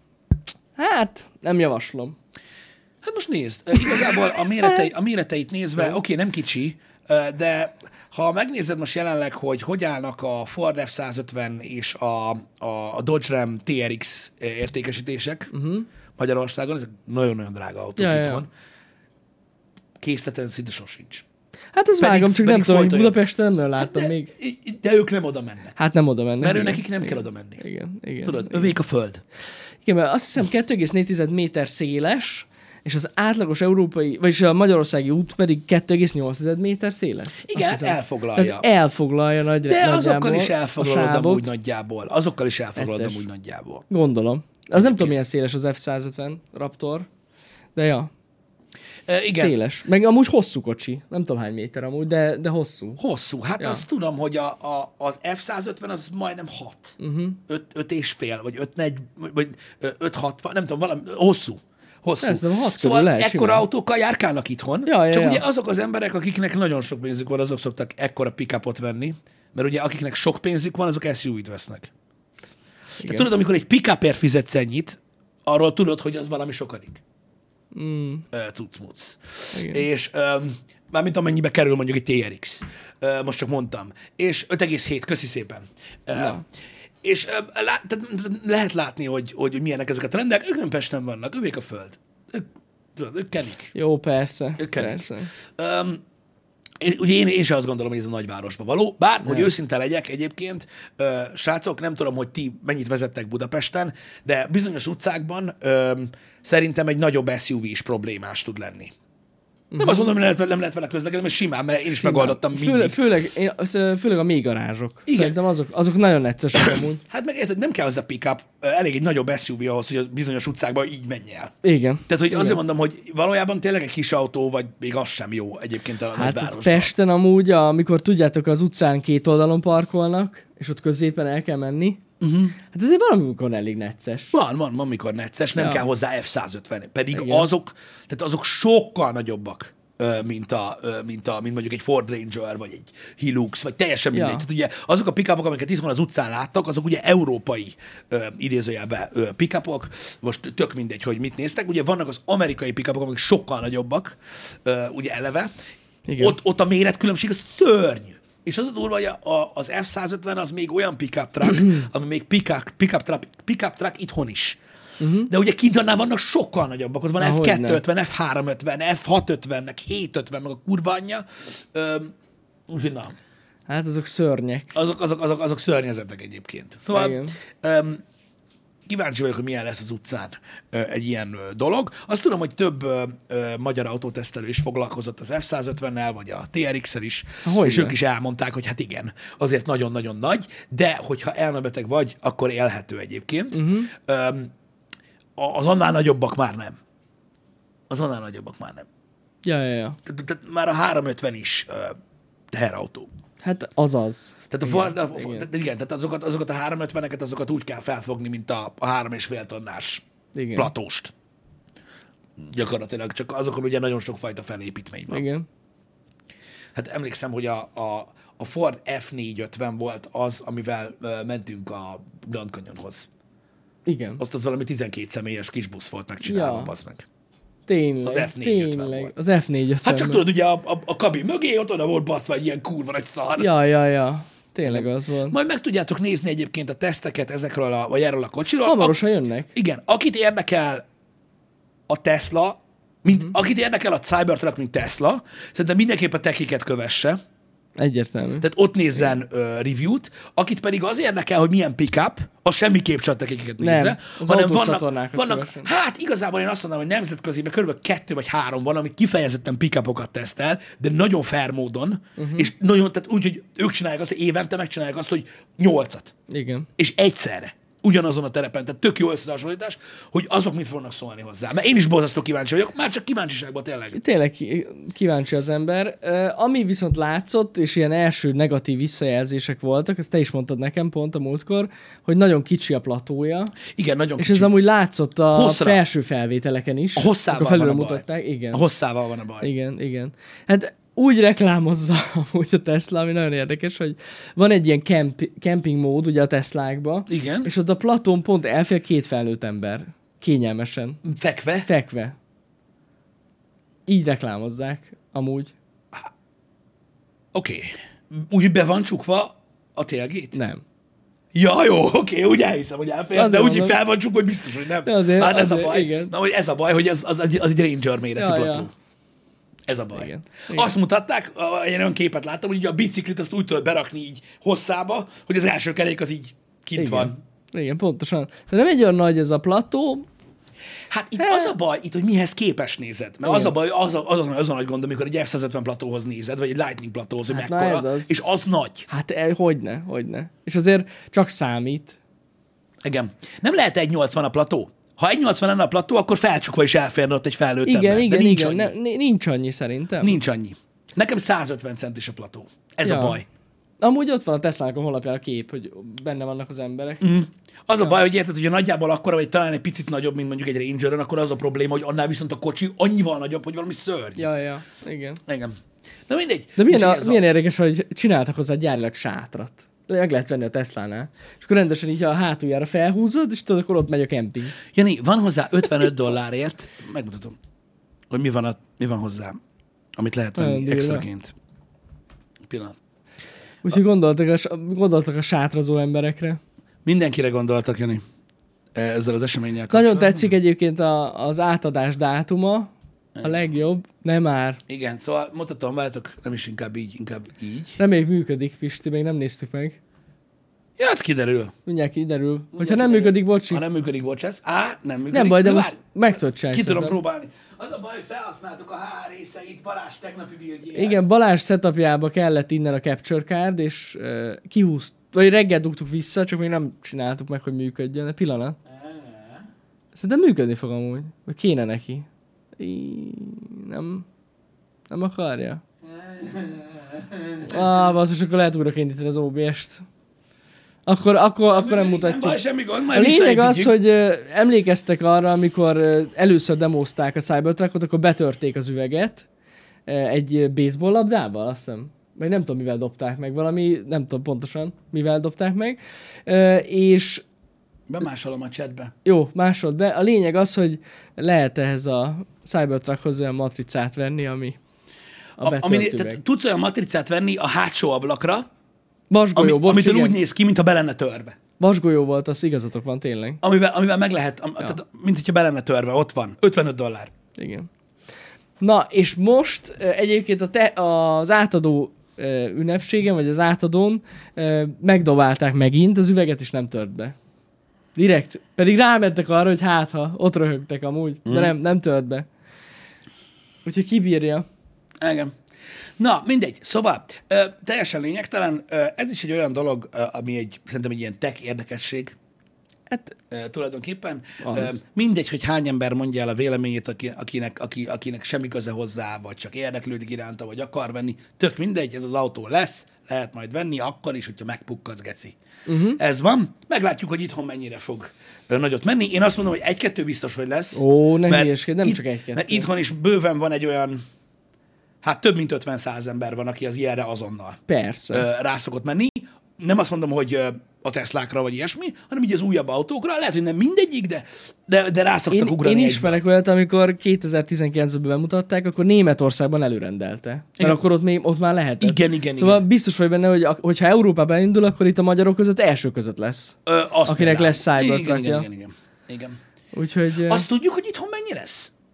hát nem javaslom.
Hát most nézd, igazából a méreteit nézve, oké, nem kicsi, de ha megnézed most jelenleg, hogy állnak a Ford F-150 és a Dodge Ram TRX értékesítések Magyarországon, ezek nagyon-nagyon drága autók itthon. Készleten szinte sosincs.
Hát ez vágom, csak nem tudom, hogy Budapesten nem láttam még.
De ők nem oda mennek.
Hát nem oda mennek.
Mert nekik nem kell oda menni.
Igen.
Tudod, övék a föld.
Igen, mert azt hiszem 2,4 méter széles, és az átlagos európai, vagyis a magyarországi út pedig 2,8 méter széles.
Igen, hát elfoglalja.
Tehát elfoglalja nagyjából.
De azokkal is elfoglalod amúgy nagyjából.
Gondolom. Az nem tudom, milyen széles az F-150 Raptor, de ja.
Igen.
Széles. Meg amúgy hosszú kocsi. Nem tudom hány méter amúgy, de hosszú.
Hosszú. Hát azt tudom, hogy az F-150 az majdnem 6. 5,5, vagy 5,4, vagy 5,60, nem tudom, valami hosszú. Szóval ekkora autókkal járkálnak itthon, csak ugye azok az emberek, akiknek nagyon sok pénzük van, azok szoktak ekkora pick-upot venni, mert ugye akiknek sok pénzük van, azok SUV-t vesznek. De tudod, amikor egy pick-upért fizetsz ennyit, arról tudod, hogy az valami sokadik. Cucmuc. És mármint amennyibe kerül mondjuk egy TRX. Most csak mondtam. És 5,7, köszi szépen. És lehet látni, hogy milyenek ezek a trendek. Ők nem Pesten vannak, ők a föld. Ők kenik.
Jó, persze.
Ők kenik. Ugye én sem azt gondolom, hogy ez a nagyvárosban való. Bár, hogy őszinte legyek egyébként, srácok, nem tudom, hogy ti mennyit vezettek Budapesten, de bizonyos utcákban szerintem egy nagyobb SUV is problémás tud lenni. Nem azt mondom, hogy nem lehet vele közlekedni, mert simán, mert én is megoldottam mindig.
Főleg a mély garázsok. Igen. Szerintem azok nagyon neccesek amúgy.
Hát meg érted, nem kell hozzá pick-up, elég egy nagyobb SUV ahhoz, hogy a bizonyos utcákban így menj el.
Igen.
Tehát, hogy azért mondom, hogy valójában tényleg egy kis autó, vagy még az sem jó egyébként a nagyvárosban.
Pesten amúgy, amikor tudjátok, az utcán két oldalon parkolnak, és ott középen el kell menni, hát azért valamikor elég necces.
Van, mikor necces, nem kell hozzá F-150. Pedig azok sokkal nagyobbak, mint mondjuk egy Ford Ranger, vagy egy Hilux, vagy teljesen mindegy. Tehát ugye azok a pick-upok, amiket itthon az utcán láttak, azok ugye európai idézőjelben pick-upok. Most tök mindegy, hogy mit néztek. Ugye vannak az amerikai pick-upok, amik sokkal nagyobbak, ugye eleve. Ott a méretkülönbség az szörnyű. És az a durva, hogy az F-150 az még olyan pick-up truck, ami még pick-up truck itthon is. De ugye kint annál vannak sokkal nagyobbak. Ott van F250, F350, F650, meg 750, meg a kurva anyja. Úgyhogy na.
Hát azok szörnyek.
Azok szörnyezetek egyébként. Szóval kíváncsi vagyok, hogy milyen lesz az utcán egy ilyen dolog. Azt tudom, hogy több magyar autótesztelő is foglalkozott az F-150-nel, vagy a TRX-el is, és ők is elmondták, hogy hát igen, azért nagyon-nagyon nagy, de hogyha elmebeteg vagy, akkor élhető egyébként. Az annál nagyobbak már nem.
Ja.
Tehát már a 350 is teherautó.
Hát azaz.
Tehát azokat a 350-eket, azokat úgy kell felfogni, mint a 3,5 tonnás platóst. Gyakorlatilag, csak azokon ugye nagyon sokfajta felépítmény van.
Igen.
Hát emlékszem, hogy a Ford F450 volt az, amivel mentünk a Grand Canyonhoz.
Igen.
Azt az valami 12 személyes kis busz volt megcsinálva, bazd meg.
Tényleg,
az F450 volt.
Az F450.
Hát csak tudod, ugye a kabin mögé ott oda volt baszva egy ilyen kurva nagy szar.
Ja. Tényleg az volt.
Majd meg tudjátok nézni egyébként a teszteket ezekről vagy erről a kocsiról.
Hamarosan jönnek.
Igen. Akit érdekel a Tesla, akit érdekel a Cybertruck, mint Tesla, szerintem mindenképp a techiket kövesse.
Egyértelmű.
Tehát ott nézzen review-t, akit pedig az érdekel, hogy milyen pick-up, az semmiképp csak tekiket nézze, hanem vannak hát igazából én azt mondom, hogy nemzetköziben kb. 2 vagy 3 van, ami kifejezetten pick-upokat tesztel, de nagyon fair módon, és nagyon, tehát úgy, hogy ők csinálják azt, hogy évente megcsinálják azt, hogy 8-at.
Igen.
És egyszerre. Ugyanazon a terepen, tehát tök jó összehasonlítás, hogy azok mit fognak szólni hozzá. Mert én is borzasztó kíváncsi vagyok, már csak kíváncsiságban tényleg.
Tényleg kíváncsi az ember. Ami viszont látszott, és ilyen első negatív visszajelzések voltak, ezt te is mondtad nekem pont a múltkor, hogy nagyon kicsi a platója.
Igen, nagyon
és
kicsi.
És ez amúgy látszott a felső felvételeken is.
A hosszával van a baj.
Igen.
A hosszával van a baj.
Igen. Hát úgy reklámozza amúgy a Tesla, ami nagyon érdekes, hogy van egy ilyen camping mód ugye a Teslákba.
Igen.
És ott a platón pont elfér 2 felnőtt ember. Kényelmesen. Fekve. Így reklámozzák amúgy.
Oké. Úgy be van csukva a tailgate?
Nem.
Ja, jó, oké, úgy elhiszem, hogy elfér, de úgy fel van csukva, hogy biztos, hogy nem. Hát ez a baj. Igen. Na, hogy ez a baj, hogy az egy Ranger méretű plató. Ja. Ez a baj. Igen. Azt mutatták, én olyan képet láttam, hogy ugye a biciklit azt úgy tudod berakni így hosszába, hogy az első kerék az így kint van.
Igen, pontosan. De nem egy olyan nagy ez a plató.
Hát itt az a baj, itt, hogy mihez képes nézed. Mert az a baj, az a nagy gond, amikor egy F-150 platóhoz nézed, vagy egy Lightning platóhoz, hogy mekkora, és az nagy.
Hát hogyne. És azért csak számít.
Igen. Nem lehet 1,80 a plató. Ha 1,80 lenne a plató, akkor felcsukva is elférne ott egy felnőtt ember.
Igen, nincs annyi szerintem.
Nincs annyi. Nekem 150 centis a plató. Ez a baj.
Amúgy ott van a Tesla-nak a honlapján a kép, hogy benne vannak az emberek.
Az a baj, hogy érted, hogy nagyjából akkora, vagy talán egy picit nagyobb, mint mondjuk egy Rangeren, akkor az a probléma, hogy annál viszont a kocsi annyival nagyobb, hogy valami szörny.
Ja, igen.
Na mindegy.
De milyen érdekes, hogy csináltak hozzá gyárilag sátrat. Meg lehet venni a Tesla-nál. És akkor rendesen így a hátuljára felhúzod, és tudod, akkor ott megy a kemping.
Jani, van hozzá $55, megmutatom, hogy mi van hozzá, amit lehet venni extraként. Pillanat.
Úgyhogy gondoltak a sátrazó emberekre.
Mindenkire gondoltak, Jani, ezzel az eseménnyel kapcsolatban.
Nagyon tetszik egyébként az átadás dátuma, a legjobb, nem már.
Igen, szóval mutatom, váltok, nem is inkább így.
Reméljük működik, Pisti, még nem néztük meg.
Ja, hát kiderül.
Mindjárt kiderül. Hogyha nem működik, bocsi.
Ha nem működik, bocsász. Nem működik.
Nem baj, de most meg tudod csinálni.
Ki tudom próbálni. Az a baj, hogy felhasználtuk a H részeit Balázs tegnapi buildjéhez.
Igen, Balázs setupjába kellett innen a capture card, és kihúzt. Vagy reggel dugtuk vissza, csak még nem csináltuk meg, hogy működjön. Pillanat. Szerintem működni fog amúgy. Vagy kéne neki. Nem akarja? Basszus, akkor lehet újra indítani az OBS-t. Akkor nem mutatjuk.
Nem baj, semmi gond,
a lényeg az, hogy emlékeztek arra, amikor először demozták a Cybertruckot, akkor betörték az üveget egy baseball labdával, azt hiszem. Meg nem tudom, mivel dobták meg. Valami, nem tudom pontosan, mivel dobták meg. És
bemásolom a chatbe.
Jó, másolod be. A lényeg az, hogy lehet ehhez a Cybertruckhoz olyan matricát venni, ami a betört üveg.
Tudsz olyan matricát venni a hátsó ablakra,
vasgolyó,
amitől úgy néz ki, mintha be lenne törve.
Vasgolyó volt, az igazatok van tényleg.
Amivel meg lehet, tehát, mint hogyha be lenne törve, ott van. $55.
Igen. Na, és most egyébként az átadó ünnepségen, vagy az átadón megdobálták megint, az üveget is nem tört be. Direkt. Pedig rámentek arra, hogy ha ott röhögtek amúgy, de nem tört be. Úgyhogy kibírja.
Igen. Na, mindegy. Szóval, teljesen lényegtelen. Ez is egy olyan dolog, ami szerintem egy ilyen tech érdekesség.
Hát,
tulajdonképpen. Mindegy, hogy hány ember mondja el a véleményét, akinek semmi köze hozzá, vagy csak érdeklődik iránta, vagy akar venni. Tök mindegy, ez az autó lesz, lehet majd venni, akkor is, hogyha megpukkadsz, geci. Ez van. Meglátjuk, hogy itthon mennyire fog nagyot menni. Én azt mondom, hogy 1-2 biztos, hogy lesz.
Ne hülyeskedj, nem csak 1-2.
Mert itthon is bőven van egy olyan, hát több mint 50-100 ember van, aki az ilyenre azonnal rá szokott menni. Nem azt mondom, hogy a Teslákra vagy ilyesmi, hanem így az újabb autókra. Lehet, hogy nem mindegyik, de rá szoktak ugrani.
Én ismerek olyat, amikor 2019-ben bemutatták, akkor Németországban előrendelte. Mert igen. Akkor ott már lehetett.
Igen.
Szóval biztos vagy benne, hogy hogyha Európában indul, akkor itt a magyarok között első között lesz. Akinek lesz Cybertruckja.
Igen.
Úgyhogy...
Azt tudjuk, hogy itthon mennyi lesz?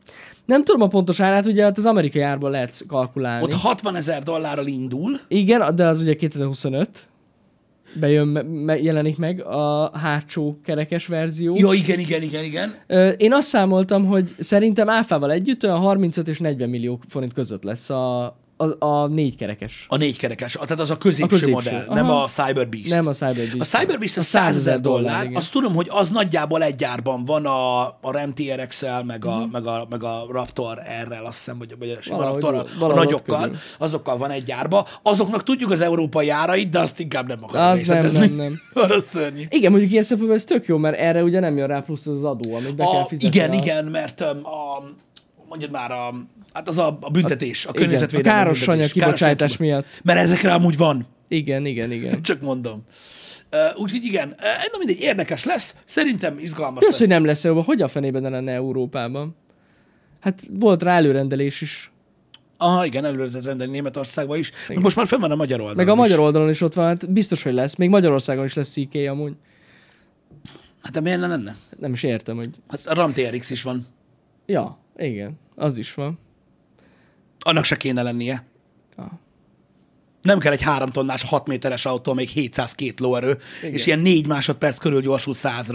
Nem tudom a pontos árát, ugye hát az amerikai árban lehet kalkulálni.
Ott $60,000 indul.
Igen, de az ugye 2025. Jelenik meg a hátsó kerekes verzió.
Jó, igen.
Én azt számoltam, hogy szerintem áfával együtt olyan 35 és 40 millió forint között lesz a 4 kerekes.
A 4 kerekes, tehát az a középső modell,
Aha.
nem a Cyber Beast.
Nem a Cyber Beast.
A Cyber Beast az $100,000, azt tudom, hogy az nagyjából egy gyárban van a RAM TRX-el, meg a Raptor R-rel, azt hiszem, vagy a Raptor a nagyokkal, azokkal van egy gyárba. Azoknak tudjuk az európai árait, de azt inkább nem akarom részletezni.
Nem.
Az szörnyű.
Igen, mondjuk ilyen szempontból ez tök jó, mert erre ugye nem jön rá plusz az adó, amit be kell fizetni.
Igen, mert mondjad már hát az a büntetés, a környezetvédelmi
a káros anyag kibocsátás miatt.
Mert ezekre amúgy van.
Igen.
Csak mondom. Úgyhogy igen, na mindegy, érdekes lesz. Szerintem izgalmas
lesz. Hogy nem lesz EU-ban, hogy a fenében lenne Európában? Hát volt rá előrendelés is.
Igen, előre lehet rendelni Németországban is. Most már fenn van a magyar oldalon.
Meg a magyar oldalon is ott van, hát biztos, hogy lesz. Még Magyarországon is lesz CK amúgy.
Hát de miért lenne?
Nem is értem, hogy...
Hát a RAM TRX is van.
Ja, igen, az is van.
Annak se kéne lennie.
Ja.
Nem kell egy 3 tonnás, 6 méteres autó, még 702 lóerő, és ilyen 4 másodperc körül gyorsul 100-ra.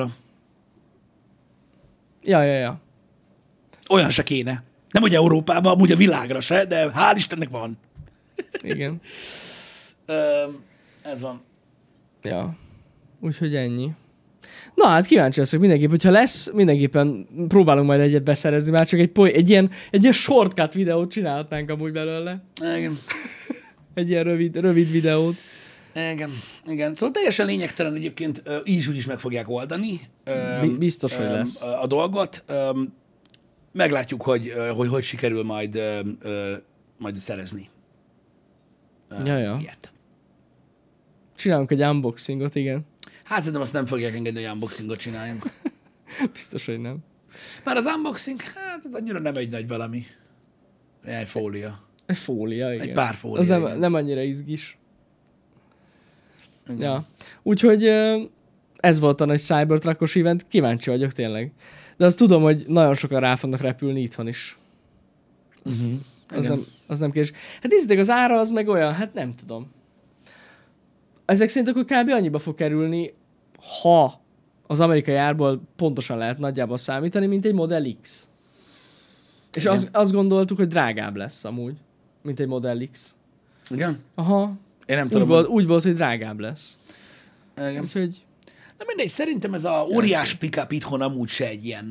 Ja.
Olyan se kéne. Nem, hogy Európában, amúgy a világra se, de hál' Istennek van.
Igen.
Ez van.
Ja. Úgyhogy ennyi. Na hát kíváncsi leszek mindenképp, hogyha lesz, mindenképpen próbálunk majd egyet beszerezni, már csak egy ilyen shortcut videót csinálhatnánk amúgy belőle.
Igen.
Egy ilyen rövid videót.
Igen. Szóval teljesen lényegtelen egyébként így úgy is meg fogják oldani.
Biztos, hogy lesz.
A dolgot. Meglátjuk, hogy sikerül majd szerezni.
Ja. Ilyet. Csinálunk egy unboxingot, igen.
Hát szerintem azt nem fogják engedni, hogy unboxingot csináljunk.
Biztos, hogy nem.
Már az unboxing, hát annyira nem egy nagy valami. Egy fólia.
Egy fólia, igen.
Egy pár fólia.
Az nem annyira izgis. Igen. Ja. Úgyhogy ez volt a nagy Cybertruckos event. Kíváncsi vagyok tényleg. De azt tudom, hogy nagyon sokan rá fognak repülni itthon is. Az nem kérdés. Hát nézzétek, az ára az meg olyan, hát nem tudom. Ezek szerint akkor kb. Annyiba fog kerülni, ha az amerikai árból pontosan lehet nagyjából számítani, mint egy Model X. És azt gondoltuk, hogy drágább lesz amúgy, mint egy Model X.
Igen?
Aha.
Én nem tudom.
Úgy volt, hogy drágább lesz.
Igen.
Úgyhogy...
Na mindegy, szerintem ez a óriás pick-up itthon amúgy se egy ilyen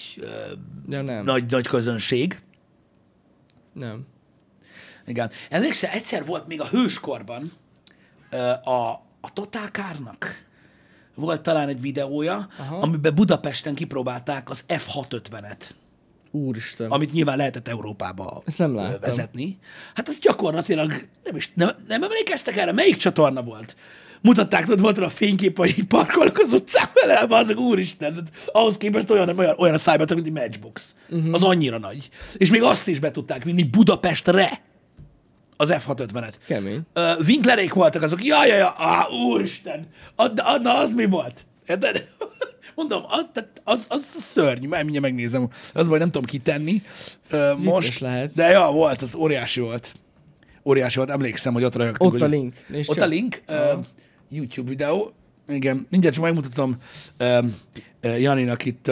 nagy közönség.
Nem.
Igen. Emlékszel, egyszer volt még a hőskorban a Total Car-nak volt talán egy videója, amiben Budapesten kipróbálták az F650-et.
Úristen.
Amit nyilván lehetett Európába vezetni. Hát az gyakorlatilag, nem emlékeztek erre? Melyik csatorna volt? Mutatták, hogy volt a fénykép, hogy parkolnak az utcán vele, azok úristen. Ahhoz képest olyan a Cybertruck, mint egy Matchbox. Az annyira nagy. És még azt is be tudták vinni Budapestre. Az F650-et.
Kemény.
Winklerék voltak azok, úristen, az mi volt? De, mondom, az szörnyű, már mindjárt megnézem, az baj, nem tudom kitenni. Most
lehet.
De ja, volt, az óriási volt. Emlékszem, hogy ott röhögtünk.
Ott a link.
Ott a link, YouTube videó. Igen, mindjárt csak megmutatom Janinak itt,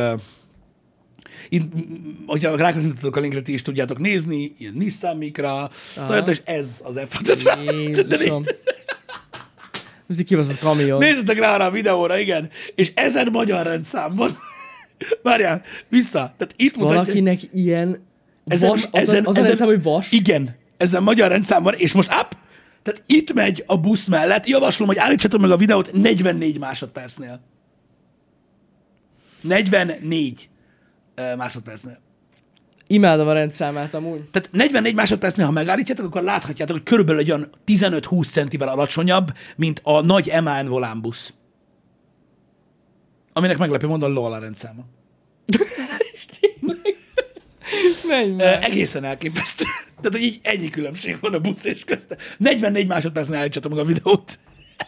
hogyha rákattintottatok a linkre, ti is tudjátok nézni, ilyen Nissan Micra, Toyota, és ez az F650.
Jézusom. Ez egy kibaszott kamion.
Nézzetek rá arra a videóra, igen. És 1000 magyar rendszám van. Várjál, vissza. Tehát itt mutatja.
Valakinek ilyen vas, az a rendszám, hogy vas?
Igen, ezen magyar rendszám van, és most tehát itt megy a busz mellett. Javaslom, hogy állítsatok meg a videót 44 másodpercnél. 44 másodpercnél.
Imádom a rendszámát amúgy.
Tehát 44 másodpercnél, ha megállítjátok, akkor láthatjátok, hogy körülbelül egy olyan 15-20 centivel alacsonyabb, mint a nagy MAN volánbusz. Aminek meglepő mondom, LOL a rendszáma. Egészen elképesztő. Tehát, hogy így ennyi különbség van a busz és közte. 44 másodpercnél állítsatok meg a videót.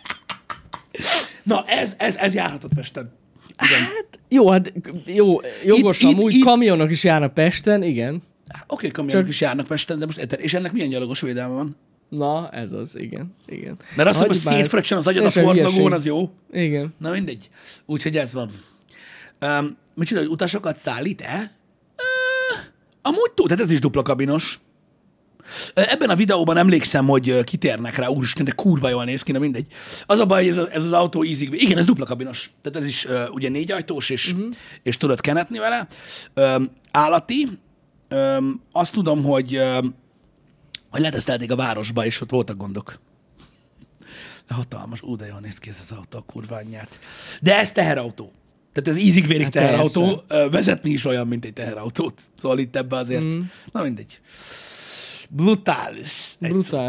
Na, ez járhatott Pesten. Igen.
Hát, jó, jogos amúgy, kamionok is járnak Pesten, igen.
Oké, kamionok is járnak Pesten, de most és ennek milyen gyalogos védelme van?
Na, ez az, igen.
Mert azt, hogy szétfröccsen az agyad a Ford az jó.
Igen.
Na mindegy. Úgyhogy ez van. Mit csinál, hogy utasokat szállít-e? Amúgy tehát ez is dupla kabinos. Ebben a videóban emlékszem, hogy kitérnek rá, úristen, de kurva jól néz ki, na mindegy. Az a baj, hogy ez az autó ízig. Igen, ez dupla kabinos. Tehát ez is ugye 4 ajtós, és tudod kenetni vele. Állati. Azt tudom, hogy letesztelték a városba, és ott voltak gondok. De hatalmas, de jól néz ki ez az autó, a kurva anyját. De ez teherautó. Tehát ez ízig-vérig hát teherautó. Vezetni is olyan, mint egy teherautót. Szóval itt ebbe azért. Na mindegy. Brutális.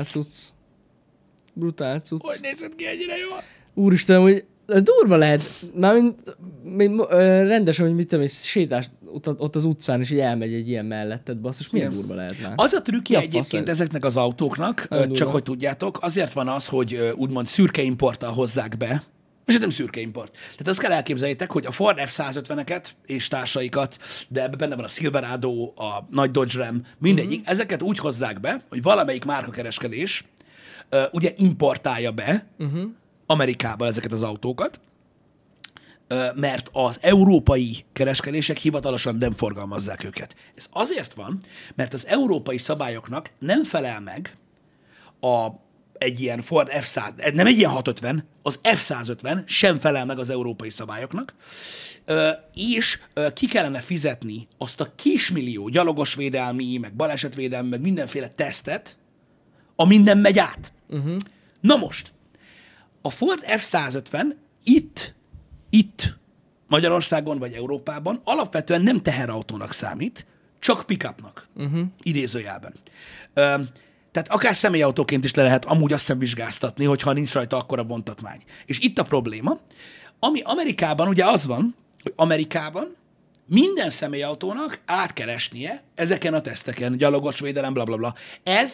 Brutál cucc.
Hogy nézett ki ennyire jól?
Úristen, hogy durva lehet. Mármint rendesen, hogy mit tudom, és sétálsz ott az utcán, és így elmegy egy ilyen melletted, basszus, milyen durva lehet már.
Az a trükkje egyébként ezeknek az autóknak, csak hogy tudjátok, azért van az, hogy úgymond szürke importtal hozzák be, és nem szürke import. Tehát azt kell elképzeljétek, hogy a Ford F-150-eket és társaikat, de ebben benne van a Silverado, a nagy Dodge Ram, mindegyik, ezeket úgy hozzák be, hogy valamelyik márkakereskedés ugye importálja be Amerikába ezeket az autókat, mert az európai kereskedések hivatalosan nem forgalmazzák őket. Ez azért van, mert az európai szabályoknak nem felel meg egy ilyen Ford F-100, nem egy ilyen 650, az F-150 sem felel meg az európai szabályoknak, és ki kellene fizetni azt a kismillió gyalogosvédelmi, meg balesetvédelmi, meg mindenféle tesztet, amin nem megy át. Na most, a Ford F-150 itt Magyarországon vagy Európában alapvetően nem teherautónak számít, csak pick-upnak, idézőjelben. Tehát akár személyautóként is le lehet amúgy azt sem vizsgáztatni, hogyha nincs rajta akkora bontatmány. És itt a probléma, ami Amerikában ugye az van, hogy Amerikában minden személyautónak át kell esnie ezeken a teszteken, gyalogos védelem, blablabla. Ez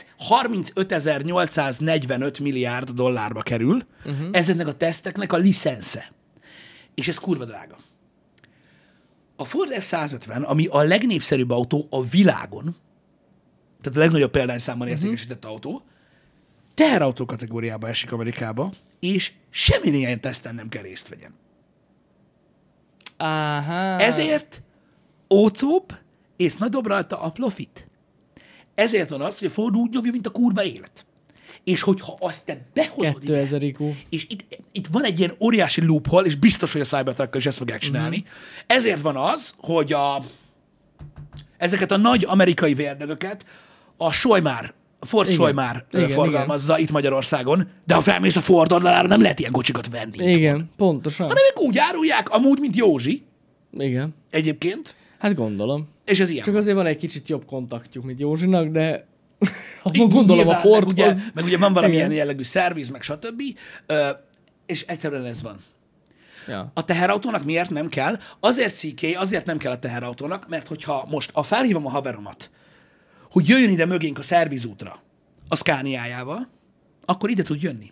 35.845 milliárd dollárba kerül, ezeknek a teszteknek a licensze. És ez kurva drága. A Ford F-150, ami a legnépszerűbb autó a világon, tehát a legnagyobb példányszámban értékesített autó, teherautó kategóriába esik Amerikába, és semmilyen teszten nem kell részt vegyen.
Aha.
Ezért ócóbb és nagyobb rajta a profit. Ezért van az, hogy a Ford úgy nyomja, mint a kurva élet. És hogyha azt te behozod
2000 IQ.
És itt van egy ilyen óriási loophole, és biztos, hogy a Cybertruckkal is ezt fogják csinálni. Ezért van az, hogy ezeket a nagy amerikai vérdögöket a Ford Scheumer forgalmazza itt Magyarországon, de ha felmész a Ford oldalára, nem lehet ilyen kocsikat venni.
Igen, pontosan.
Hanem ők úgy árulják, amúgy, mint Józsi.
Igen.
Egyébként.
Hát gondolom.
És ez ilyen.
Csak azért van egy kicsit jobb kontaktjuk, mint Józsinak, de gondolom a Fordhoz.
Meg ugye van valamilyen jellegű szerviz, meg stb. És egyszerűen ez van.
Ja.
A teherautónak miért nem kell? Azért nem kell a teherautónak, mert hogyha most felhívom a haveromat, hogy jöjjön ide mögénk a szervizútra a Scaniájával, akkor ide tud jönni.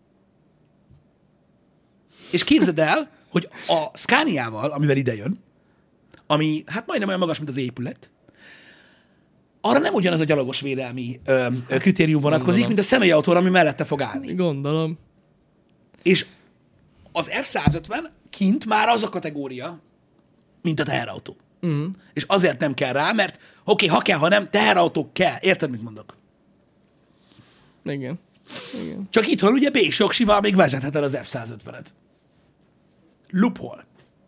És képzeld el, hogy a Scaniával, amivel ide jön, ami hát majdnem olyan magas, mint az épület, arra nem ugyanaz a gyalogos védelmi kritérium vonatkozik, mint a személyautóra, ami mellette fog állni.
Gondolom.
És az F-150 kint már az a kategória, mint a teherautó. És azért nem kell rá, mert oké, ha kell, ha nem, teherautó kell. Érted, mit mondok?
Igen.
Csak itthon ugye B-s jogsival még vezetheted az F-150-et. Loophole.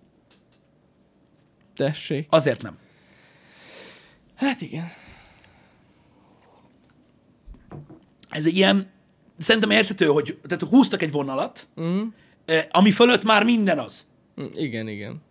Tessék.
Azért nem.
Hát igen.
Ez egy ilyen, szerintem érthető, hogy tehát húztak egy vonalat, ami fölött már minden az.
Igen.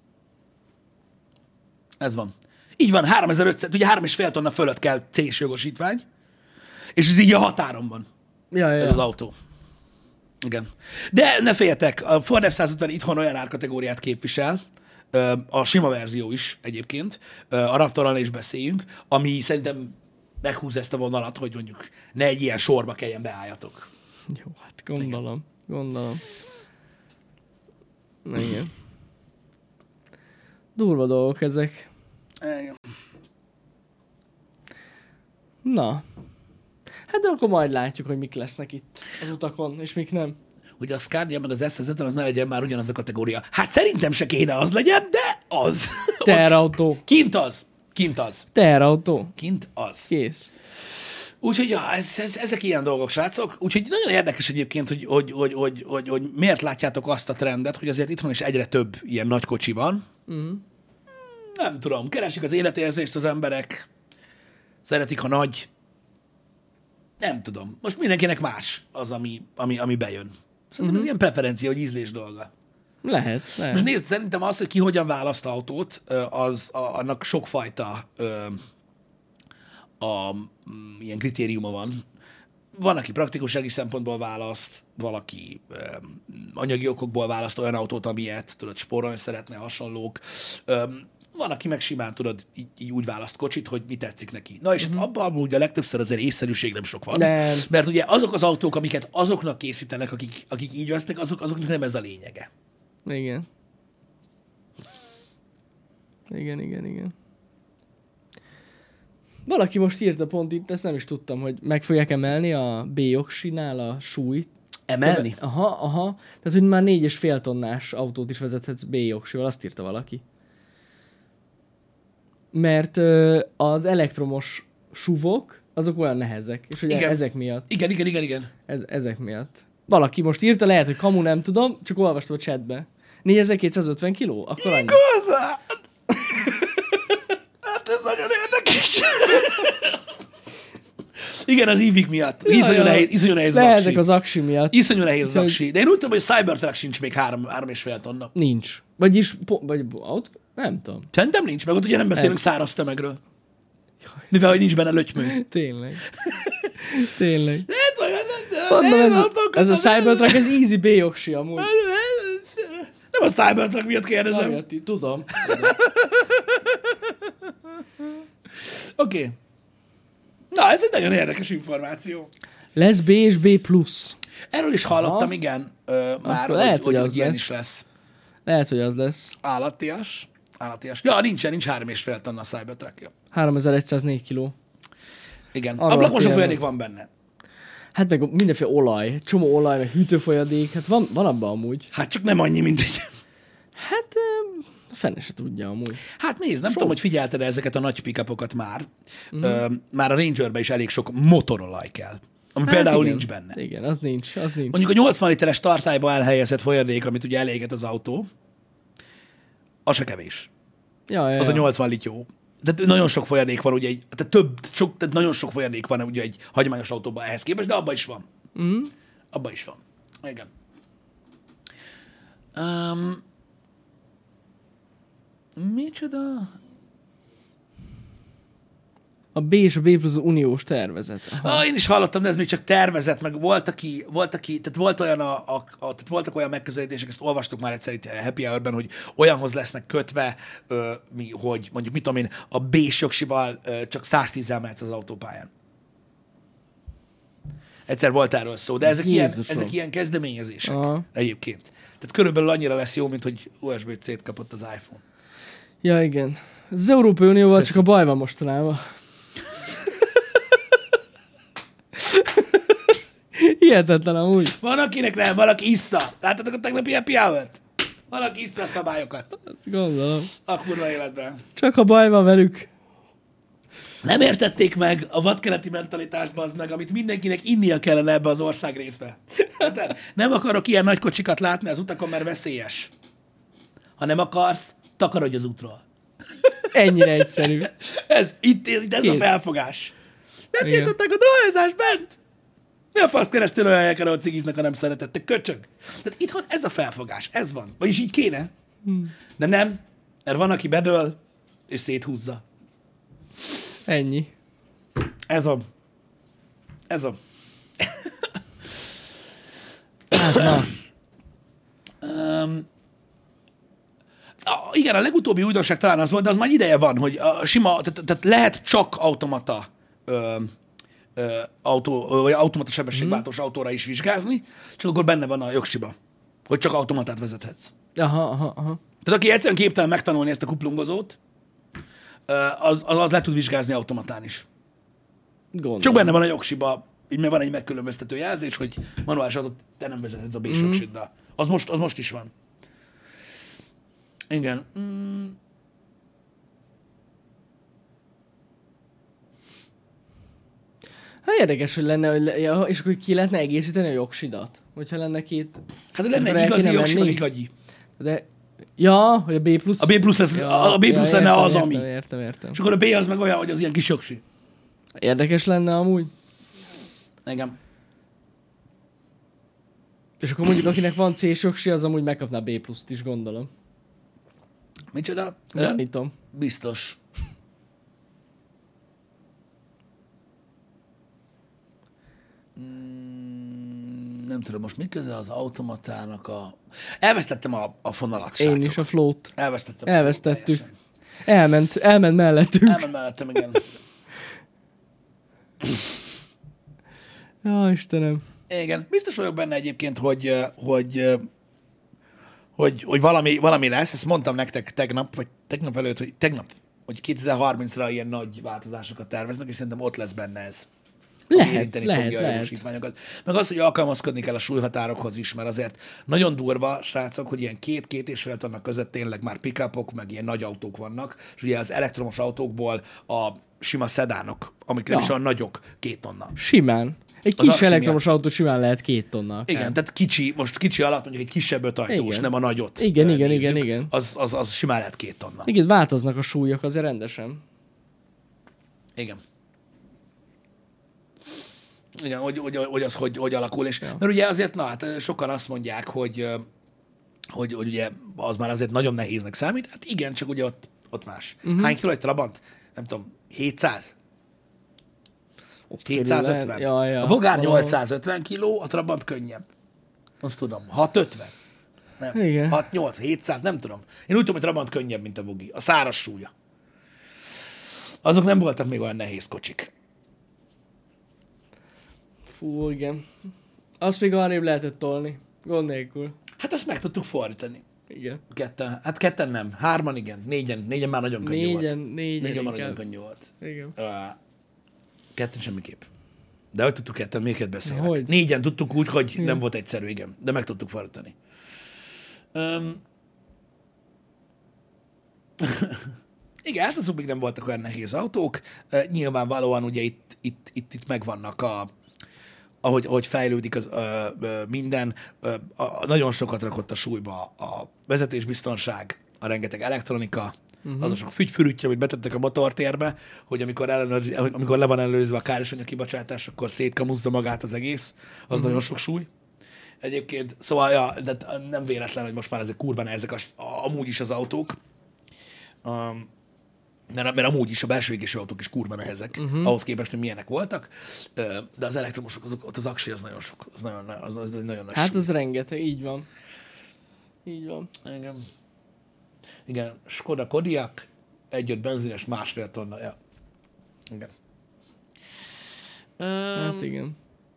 Ez van. Így van, 3500, ugye 3,5 tonna fölött kell C-s jogosítvány, és ez így a határon van.
Ja.
Ez az autó. Igen. De ne féljetek, a Ford F-150 itthon olyan árkategóriát képvisel, a sima verzió is egyébként, a Raptorral is beszéljünk, ami szerintem meghúz ezt a vonalat, hogy mondjuk ne egy ilyen sorba kelljen beálljatok.
Jó, hát gondolom. Igen. Durva dolgok ezek.
Igen.
Na. Hát de akkor majd látjuk, hogy mik lesznek itt az utakon, és mik nem.
Hogy a Scania meg az S150 az ne legyen már ugyanaz a kategória. Hát szerintem se kéne az legyen, de az.
Teherautó.
Kint az. Kint az.
Teherautó.
Kint az.
Kész.
Úgyhogy ja, ezek ilyen dolgok, srácok. Úgyhogy nagyon érdekes egyébként, hogy miért látjátok azt a trendet, hogy azért itthon is egyre több ilyen nagy kocsi van. Nem tudom, keresik az életérzést az emberek, szeretik, ha nagy. Nem tudom. Most mindenkinek más az, ami bejön. Szerintem ez ilyen preferencia, hogy ízlés dolga.
Lehet.
Most nézd, szerintem az, hogy ki hogyan választ autót, annak sokfajta ilyen kritériuma van. Van, aki praktikussági szempontból választ, valaki anyagi okokból választ olyan autót, amilyet, tudod, spórolni szeretne, hasonlók. Van, aki meg simán, tudod, így úgy választ kocsit, hogy mi tetszik neki. Na és abban ugye a legtöbbször azért észszerűség nem sok van. Nem. Mert ugye azok az autók, amiket azoknak készítenek, akik így vesznek, azoknak nem ez a lényege.
Igen. Igen. Valaki most írta pont itt, ezt nem is tudtam, hogy meg fogják emelni a B-jogsinál a súlyt.
Emelni?
Aha. Tehát, hogy már 4,5 tonnás autót is vezethetsz B-jogsival, azt írta valaki. Mert az elektromos SUV-ok, azok olyan nehezek, és ugye ezek miatt.
Igen.
Ezek miatt. Valaki most írta, lehet, hogy kamu, nem tudom, csak olvastam a chatbe. 4250 kiló? Akkor annyi.
Igazán? Hát ez nagyon érdekes. Igen, az ívik miatt. Iszonyú nehéz az aksi.
Ezek az aksi miatt.
Iszonyú nehéz az aksi. De én úgy tudom, hogy a Cybertruck sincs még 3,5 tonna.
Nincs. Vagy nem tudom.
Szerintem nincs, meg ott ugye nem beszélünk száraz tömegről. Mivel, hogy nincs benne lötymű.
Tényleg. Ez a Cybertruck, ez easy B-jogsi amúgy.
Nem a Cybertruck miatt kérdezem.
Tudom.
Oké. Na, ez egy nagyon érdekes információ.
Lesz B és B+.
Erről is hallottam, igen, már, hogy ilyen is lesz.
Lehet, hogy az lesz.
Állatias. Ja, nincs 3,5 tonna a Cybertruckja.
3104 kiló.
Igen. Ablakosok folyadék van benne.
Hát meg mindenféle olaj, csomó olaj, meg hűtőfolyadék, hát van abban amúgy.
Hát csak nem annyi, mint egy...
Hát fene se tudja amúgy.
Hát nézd, nem tudom, hogy figyelted ezeket a nagy pick-upokat már. Már a Rangerbe is elég sok motorolaj kell. Ami például nincs benne.
Igen, az nincs.
Mondjuk a 80 literes tartályba elhelyezett folyadék, amit ugye eléget az autó, az se kevés.
Ja.
Az a 80 lityó. De nagyon sok folyadék van, ugye tehát nagyon sok folyadék van ugye egy hagyományos autóban ehhez képest, de abban is van. Abban is van. Igen. Micsoda?
A B és a B+ az uniós tervezet.
Én is hallottam, de ez még csak tervezet, meg tehát voltak olyan megközelítések, ezt olvastuk már egyszer itt a Happy Hour-ben, hogy olyanhoz lesznek kötve, hogy mondjuk, mit tudom én, a B-s jogsival csak 110-el mehetsz az autópályán. Egyszer volt erről szó, de ezek ilyen kezdeményezések egyébként. Tehát körülbelül annyira lesz jó, mint hogy USB-C-t kapott az iPhone.
Ja, igen. Az Európai Unióval csak a baj van mostanában. Hihetetlen amúgy.
Van, akinek nem, valaki issza. Láttatok a tegnapi Happy Hour-t? Valaki issza a szabályokat.
Gondolom.
A kurva életben.
Csak a baj van velük.
Nem értették meg a vadkeleti mentalitást, bazd meg, amit mindenkinek innia kellene ebbe az ország részbe. Nem akarok ilyen nagy kocsikat látni az utakon, mert veszélyes. Ha nem akarsz, takarodj az útról.
Ennyire egyszerű.
Ez a felfogás. Nem tiltották a dohányzást bent? Mi a fasz kerestél olyan helyeken, ahol cigiznek, ha nem szeretettek? Köcsög. Tehát itthon ez a felfogás. Ez van. Vagyis így kéne. De nem, mert van, aki bedől, és széthúzza.
Ennyi.
Ez a.
Hát na.
Igen, a legutóbbi újdonság talán az volt, de az már ideje van, hogy a sima, tehát lehet csak automata vagy automata sebességváltós autóra is vizsgázni, csak akkor benne van a jogsiba, hogy csak automatát vezethetsz.
Aha.
Tehát aki egyszerűen képtelen megtanulni ezt a kuplungozót, az le tud vizsgázni automatán is.
Gondolom.
Csak benne van a jogsiba, így mert van egy megkülönböztető jelzés, hogy manuális autót te nem vezethetsz a B-jogsiddal. Az most is van. Igen.
Hát érdekes, hogy lenne, és akkor ki lehetne egészíteni a jogsidat? Hogyha lenne két...
Hát lenne egy igazi jogsi, meg egy gagyi.
De... Ja, hogy a B+.
A B+, lesz, a B+ lenne
értem,
az, ami.
Értem.
És akkor a B az meg olyan, hogy az ilyen kis jogsi.
Érdekes lenne amúgy.
Igen.
És akkor mondjuk, akinek van C-s jogsi, az amúgy megkapná a B+-t is, gondolom.
Micsoda?
Gyanítom.
Biztos. Nem tudom, most mi köze az automatának a... Elvesztettem a fonalat, srácok.
Én is a flow-t.
Elvesztettük.
Elment mellettünk.
Elment mellettem, igen.
Ja, Istenem.
Igen, biztos vagyok benne egyébként, hogy valami lesz. Ezt mondtam nektek tegnap előtt, hogy 2030-ra ilyen nagy változásokat terveznek, és szerintem ott lesz benne ez.
Lehet.
Meg az, hogy alkalmazkodni kell a súlyhatárokhoz is, mert azért nagyon durva, srácok, hogy ilyen 2-2,5 tonna között tényleg már pick-upok, meg ilyen nagy autók vannak, és ugye az elektromos autókból a sima szedánok, amik nem is olyan nagyok, 2 tonna.
Simán. Egy kis elektromos autó simán lehet 2 tonna.
Igen, tehát kicsi alatt mondjuk egy kisebb 5 ajtós, nem a nagyot.
Igen.
Az simán lehet 2 tonna.
Igen, változnak a súlyok azért rendesen.
Igen. Igen, hogy az hogy alakul. És, mert ugye azért, hát sokan azt mondják, hogy ugye az már azért nagyon nehéznek számít. Hát igen, csak ugye ott más. Hány kiló egy Trabant? Nem tudom, 700? 750?
Ja.
A Bogár 850 kiló, a Trabant könnyebb. Azt tudom. 650? Nem.
Igen.
6-8, 700, nem tudom. Én úgy tudom, hogy Trabant könnyebb, mint a Bogi. A száraz súlya. Azok nem voltak még olyan nehéz kocsik.
Fú, igen. Azt még arrébb lehetett tolni. Gond nélkül.
Hát azt meg tudtuk fordítani.
Igen.
Ketten nem. 3 igen. 4 már nagyon könnyű volt.
4
már nagyon könnyű volt.
Igen.
2 semmiképp. De hogy tudtuk 2, miket beszélek?
Hogy?
4 tudtuk úgy, hogy nem volt egyszerű, igen. De meg tudtuk fordítani. Igen, ezt az még nem voltak olyan nehéz autók. Nyilvánvalóan ugye itt megvannak ahogy fejlődik az, minden, nagyon sokat rakott a súlyba a vezetésbiztonság, a rengeteg elektronika, az a sok fügyfürütje, amit betettek a motortérbe, hogy amikor le van ellenőrizve a károsanyag kibocsátás, akkor szétkamuzza magát az egész, az nagyon sok súly. Egyébként, szóval de nem véletlen, hogy most már ezek kurva nehezek amúgy is az autók. Mert amúgy is a belső égésű autók is kurva nehezek, ahhoz képest, hogy milyenek voltak, de az elektromosok, ott az aksi, az nagyon sok, az nagyon nagy
Hát
súly.
az rengeteg, így van.
Igen, Skoda Kodiaq, 1.5 benzines, 1,5 tonna, ja. Igen.
Hát igen.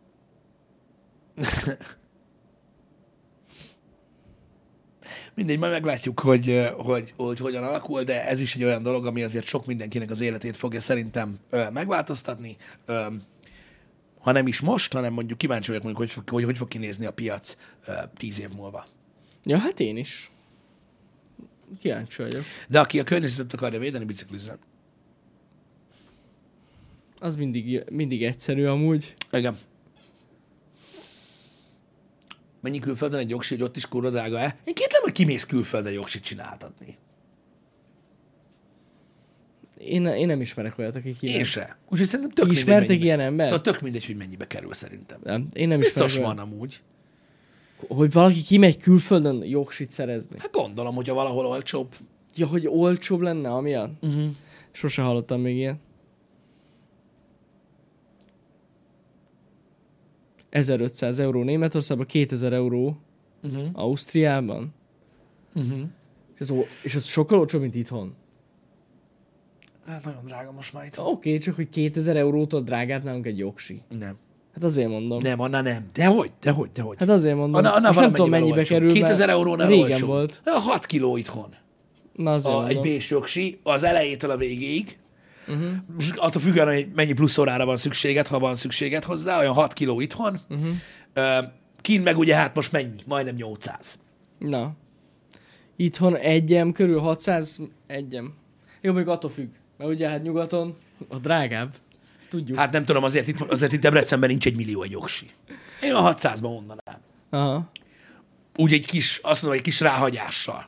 Mindegy, majd meglátjuk, hogy hogyan alakul, de ez is egy olyan dolog, ami azért sok mindenkinek az életét fogja szerintem megváltoztatni. Ha nem is most, hanem mondjuk kíváncsi vagyok, mondjuk, hogy fog kinézni a piac 10 év múlva.
Ja, hát én is. Kíváncsi vagyok.
De aki a környezetet akarja védeni, biciklizzen.
Az mindig egyszerű amúgy.
Igen. Mennyi külföldön egy jogsi, hogy ott is kurva drága-e? Én kétlem, hogy kimész külföldön jogsit csináltatni.
Én nem ismerek olyat, akik ilyen.
Én se. Úgyhogy szerintem tök mindegy.
Ismertek ilyen ember?
Szóval tök mindegy, hogy mennyibe kerül szerintem.
Nem, én nem
biztos
ismerek
van amúgy.
Hogy valaki kimegy külföldön jogsit szerezni.
Hát gondolom, hogyha valahol olcsóbb.
Ja, hogy olcsóbb lenne amilyen? Sose hallottam még ilyen. 1500 euró Németországban, 2000 euró Ausztriában. És ez sokkal olcsóbb, mint itthon.
Hát nagyon drága most már itt.
Oké, csak hogy 2000 eurótól drágább nálunk egy jogsi.
Nem.
Hát azért mondom.
Nem, annál nem. Dehogy.
Hát azért mondom.
Annál
most nem tudom, mennyibe
olcsó.
kerül.
2000 eurónál
régen
olcsó.
volt.
6 kiló itthon.
Na azért
Egy B-s jogsi az elejétől a végéig. Most attól függően, hogy mennyi plusz órára van szükséged, ha van szükséged hozzá, olyan 6 kiló itthon. Kint meg ugye hát most mennyi? Majdnem 800.
Na. Itthon egyem körül 600 egyem. Jó, még attól függ. Mert ugye hát nyugaton a drágább. Tudjuk.
Hát nem tudom, azért itt Debrecenben nincs 1 millió egy jogsi. Én a 600-ban mondanám.
Aha.
Úgy azt mondom, egy kis ráhagyással.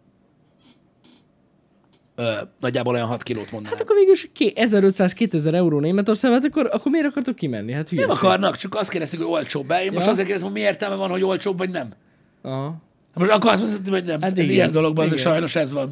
Nagyjából olyan 6 kilót mondanám.
Hát akkor végülis 1500-2000 euró Németországban, hát akkor miért akartok kimenni? Hát
nem akarnak, csak azt kérdezték, hogy olcsóbb-e. Én most azért kérdezem, hogy mi értelme van, hogy olcsóbb, vagy nem.
Aha.
Most akkor azt mondod, hogy nem. Hát ez igen, ilyen dologban, azért sajnos ez van.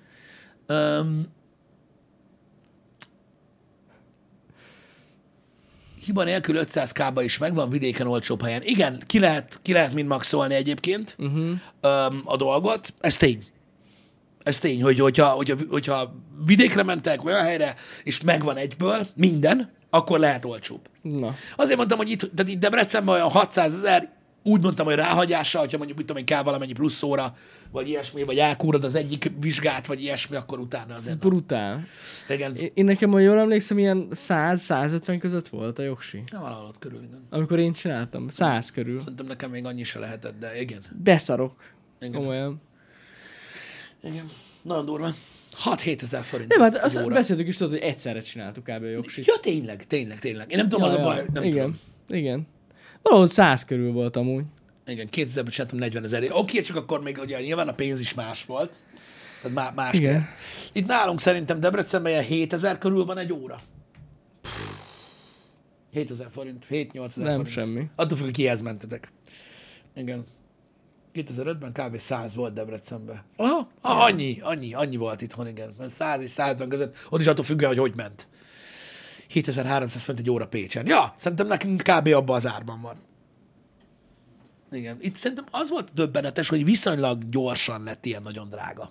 Hiba nélkül 500k-ba is megvan, vidéken olcsóbb helyen. Igen, ki lehet mind maxolni egyébként a dolgot. Ez tény. Ez tény, hogyha vidékre mentek olyan helyre, és megvan egyből minden, akkor lehet olcsóbb.
Na.
Azért mondtam, hogy itt Debrecenben olyan 600 000, úgy mondtam, hogy ráhagyással, hogyha mondjuk, mit tudom én, kell valamennyi plusz óra, vagy ilyesmi, vagy elkúrod az egyik vizsgát, vagy ilyesmi, akkor utána az.
Ez brutál.
Igen.
Én nekem, hogy jól emlékszem, ilyen 100-150 között volt a jogsi.
Nem valahol ott körül, igen.
Amikor én csináltam, 100 körül.
Szerintem nekem még annyi se lehetett, de igen.
Beszarok.
Igen.
Komolyan.
Igen. Nagyon durva. 6-7 ezer forint.
Nem, hát azt beszéltük is, tudod, hogy egyszerre csináltuk kb. A jogsit.
Ja, tényleg. Én nem tudom, az a baj, nem tudom.
Igen. Valahol 100 körül volt amúgy.
Igen, 2000-ben csináltam 40 000. Oké, csak akkor még ugye nyilván a pénz is más volt. Tehát más
igen.
kell. Itt nálunk szerintem Debrecenben ilyen 7000 körül van egy óra. 7000 forint, 7-8 ezer forint.
Nem semmi.
Attól függ, hogy kihez mentetek. Igen. 2005-ben kb. 100 volt Debrecenben. Annyi volt itthon, igen. 100 és 150 között, ott is attól függően, hogy ment. 7300 fent egy óra Pécsen. Ja, szerintem nekünk kb. Abban az árban van. Igen. Itt szerintem az volt döbbenetes, hogy viszonylag gyorsan lett ilyen nagyon drága.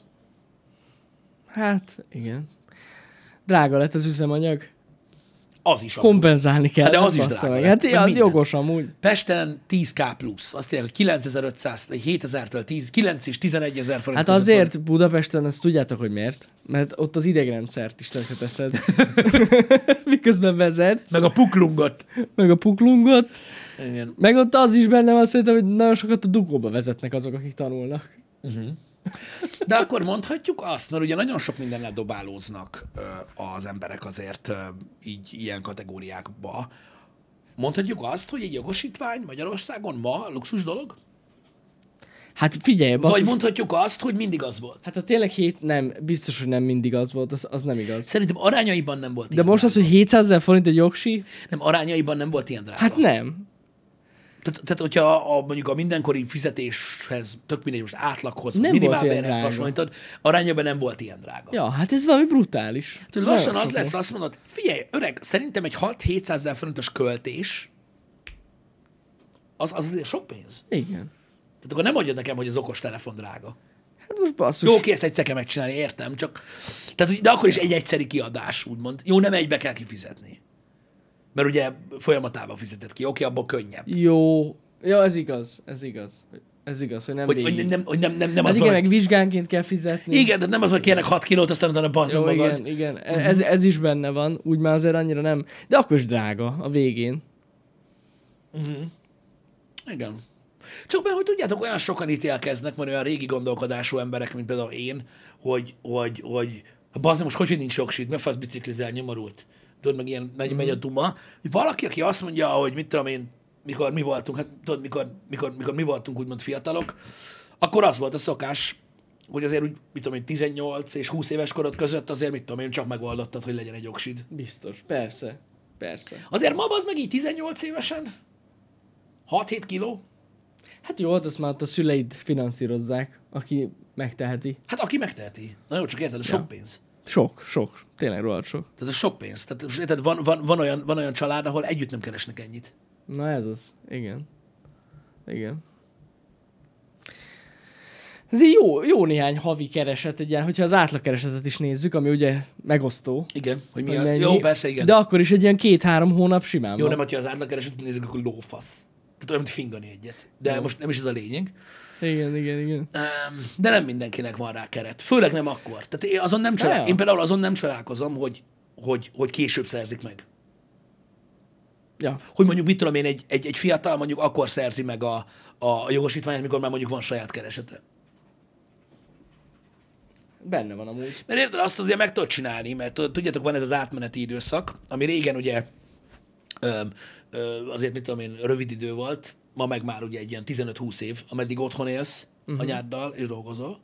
Hát, igen. Drága lett az üzemanyag.
Az is.
Kompenzálni kell.
De az is drága.
Hát jogos amúgy.
Pesten 10k plusz. Azt jelenti, hogy 9500, vagy 7000-től 9 és 11 000 forint.
Hát azért van. Budapesten, azt tudjátok, hogy miért? Mert ott az idegrendszert is tönkre teszed. Miközben vezetsz.
Meg a puklungot.
Igen. Meg ott az is benne van, szerintem, hogy nagyon sokat a dugóba vezetnek azok, akik tanulnak.
De akkor mondhatjuk azt, mert ugye nagyon sok mindennel dobálóznak az emberek azért így ilyen kategóriákba. Mondhatjuk azt, hogy egy jogosítvány Magyarországon ma luxus dolog?
Hát figyelj, basszus.
Vagy mondhatjuk azt, hogy mindig az volt?
Hát ha tényleg nem, biztos, hogy nem mindig az volt, az nem igaz.
Szerintem arányaiban nem volt
de ilyen. De most drága. Az, hogy 700 000 forint egy jogsi?
Nem, arányaiban nem volt ilyen drága.
Hát nem.
Tehát hogyha mondjuk a mindenkori fizetéshez, tök mindegy, most átlaghoz, minimálbérhez hasonlítod, arányában nem volt ilyen drága.
Ja, hát ez valami brutális.
Tehát lassan az lesz, azt mondod, figyelj, öreg, szerintem egy 6-700 000 forintos költés, az azért sok pénz.
Igen.
Tehát akkor nem mondjad nekem, hogy az okos telefon drága.
Hát most basszus.
Jó, ezt egyszer kell megcsinálni, értem, csak... Tehát, de akkor is egy egyszeri kiadás, úgymond. Jó, nem egybe kell kifizetni. Mert ugye folyamatában fizetett ki. Oké, abból könnyebb.
Jó. Ja, ez igaz, hogy nem végig.
Hogy nem
az
az
igen, meg vizsgánként kell fizetni.
Igen, de nem az, hogy kérnek 6 kilót, aztán utána bazd meg magad.
Igen. Ez is benne van, úgy már azért annyira nem. De akkor is drága a végén.
Igen. Csak mert, hogy tudjátok, olyan sokan ítélkeznek, mert olyan régi gondolkodású emberek, mint például én, hogy bazd meg, most hogy nincs jogsit, mert fasz biciklizel, nyomorult. Tudod, meg ilyen megy a duma. Valaki, aki azt mondja, hogy mit tudom én, mikor mi voltunk, hát tudod, mikor mi voltunk úgymond fiatalok, akkor az volt a szokás, hogy azért úgy, mit tudom én, 18 és 20 éves korod között azért, mit tudom én, csak megoldottad, hogy legyen egy jogsid.
Biztos, persze.
Azért ma az meg így 18 évesen? 6-7 kiló?
Hát jó, azt már a szüleid finanszírozzák, aki megteheti.
Hát aki megteheti. Na jó, csak érted, a sok pénz.
Sok. Tényleg rohadt sok.
Tehát ez sok pénz. Tehát most érted, van olyan család, ahol együtt nem keresnek ennyit.
Na ez az. Igen. Ez így jó néhány havi kereset, hogyha az átlagkeresetet is nézzük, ami ugye megosztó.
Igen, hogy mi a... Jó, persze, igen.
De akkor is egy ilyen 2-3 hónap simán
jó, van. Nem, ha az átlagkeresetet nézzük, akkor lófasz. Tehát olyan, mint fingani egyet. De most nem is ez a lényeg.
Igen.
De nem mindenkinek van rá keret. Főleg nem akkor. Tehát én például azon nem csodálkozom, hogy hogy később szerzik meg.
Ja.
Hogy mondjuk, mit tudom én, egy fiatal mondjuk akkor szerzi meg a jogosítványát, mikor már mondjuk van saját keresete.
Benne van amúgy.
Mert érted, azt azért meg tudod csinálni, mert tudjátok, van ez az átmeneti időszak, ami régen ugye azért, mit tudom én, rövid idő volt, ma meg már ugye egy ilyen 15-20 év, ameddig otthon élsz anyáddal és dolgozol.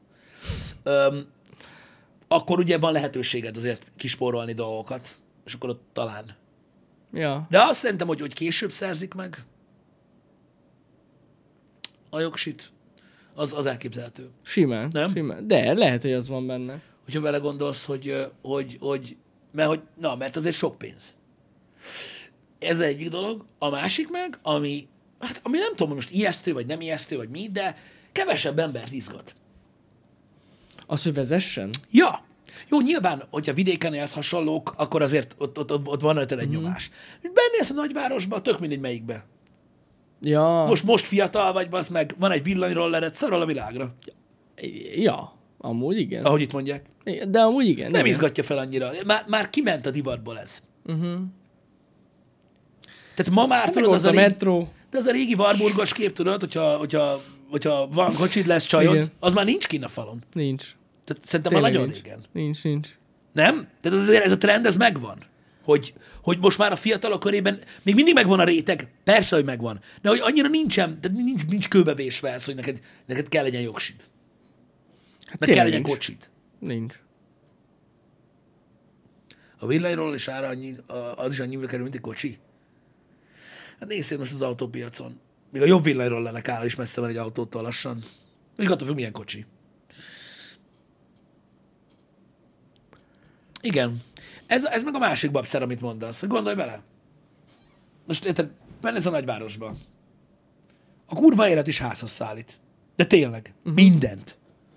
Akkor ugye van lehetőséged azért kispórolni dolgokat, és akkor ott talán.
Ja.
De azt szerintem, hogy később szerzik meg a jogsit, az elképzelhető.
Simán.
Nem?
Simán. De lehet, hogy az van benne.
Hogyha belegondolsz, mert azért sok pénz. Ez egyik dolog. A másik meg, ami nem tudom, most ijesztő, vagy nem ijesztő, vagy mi, de kevesebb embert izgat.
Az, hogy vezessen?
Ja. Jó, nyilván, hogyha vidéken élsz hasonlók, akkor azért ott van rajtad egy nyomás. Bennész a nagyvárosba, tök mindegy melyikbe.
Ja.
Most fiatal vagy, basz meg, van egy villanyrollered, szarol a világra.
Ja, amúgy igen.
Ahogy itt mondják.
De amúgy igen.
Nem izgatja fel annyira. Már kiment a divatból ez. Tehát ma már tudod, az a
metró.
De az a régi Warburgos kép, tudod, hogyha van kocsid, lesz csajod, igen. Az már nincs kinn a falon.
Nincs.
Tehát szerintem már nagyon régen.
Nincs.
Nem? Tehát azért ez a trend, ez megvan. Hogy most már a fiatalok körében még mindig megvan a réteg, persze, hogy megvan, de hogy annyira nincsen, tehát nincs kőbevésve ez, hogy neked kell legyen jogsid. Hát meg kell legyen kocsid.
Nincs.
A villanyról is ára az is annyiba kerül, mint egy kocsi. Hát nézzél most az autópiacon. Még a jobb villanyról lennek ára is messze van egy autótól lassan. Még attól függ, milyen kocsi. Igen. Ez meg a másik babszer, amit mondasz. Hogy gondolj bele. Most érted, benne ez a nagyvárosban. A kurva élet is házhoz szállít. De tényleg. Mindent.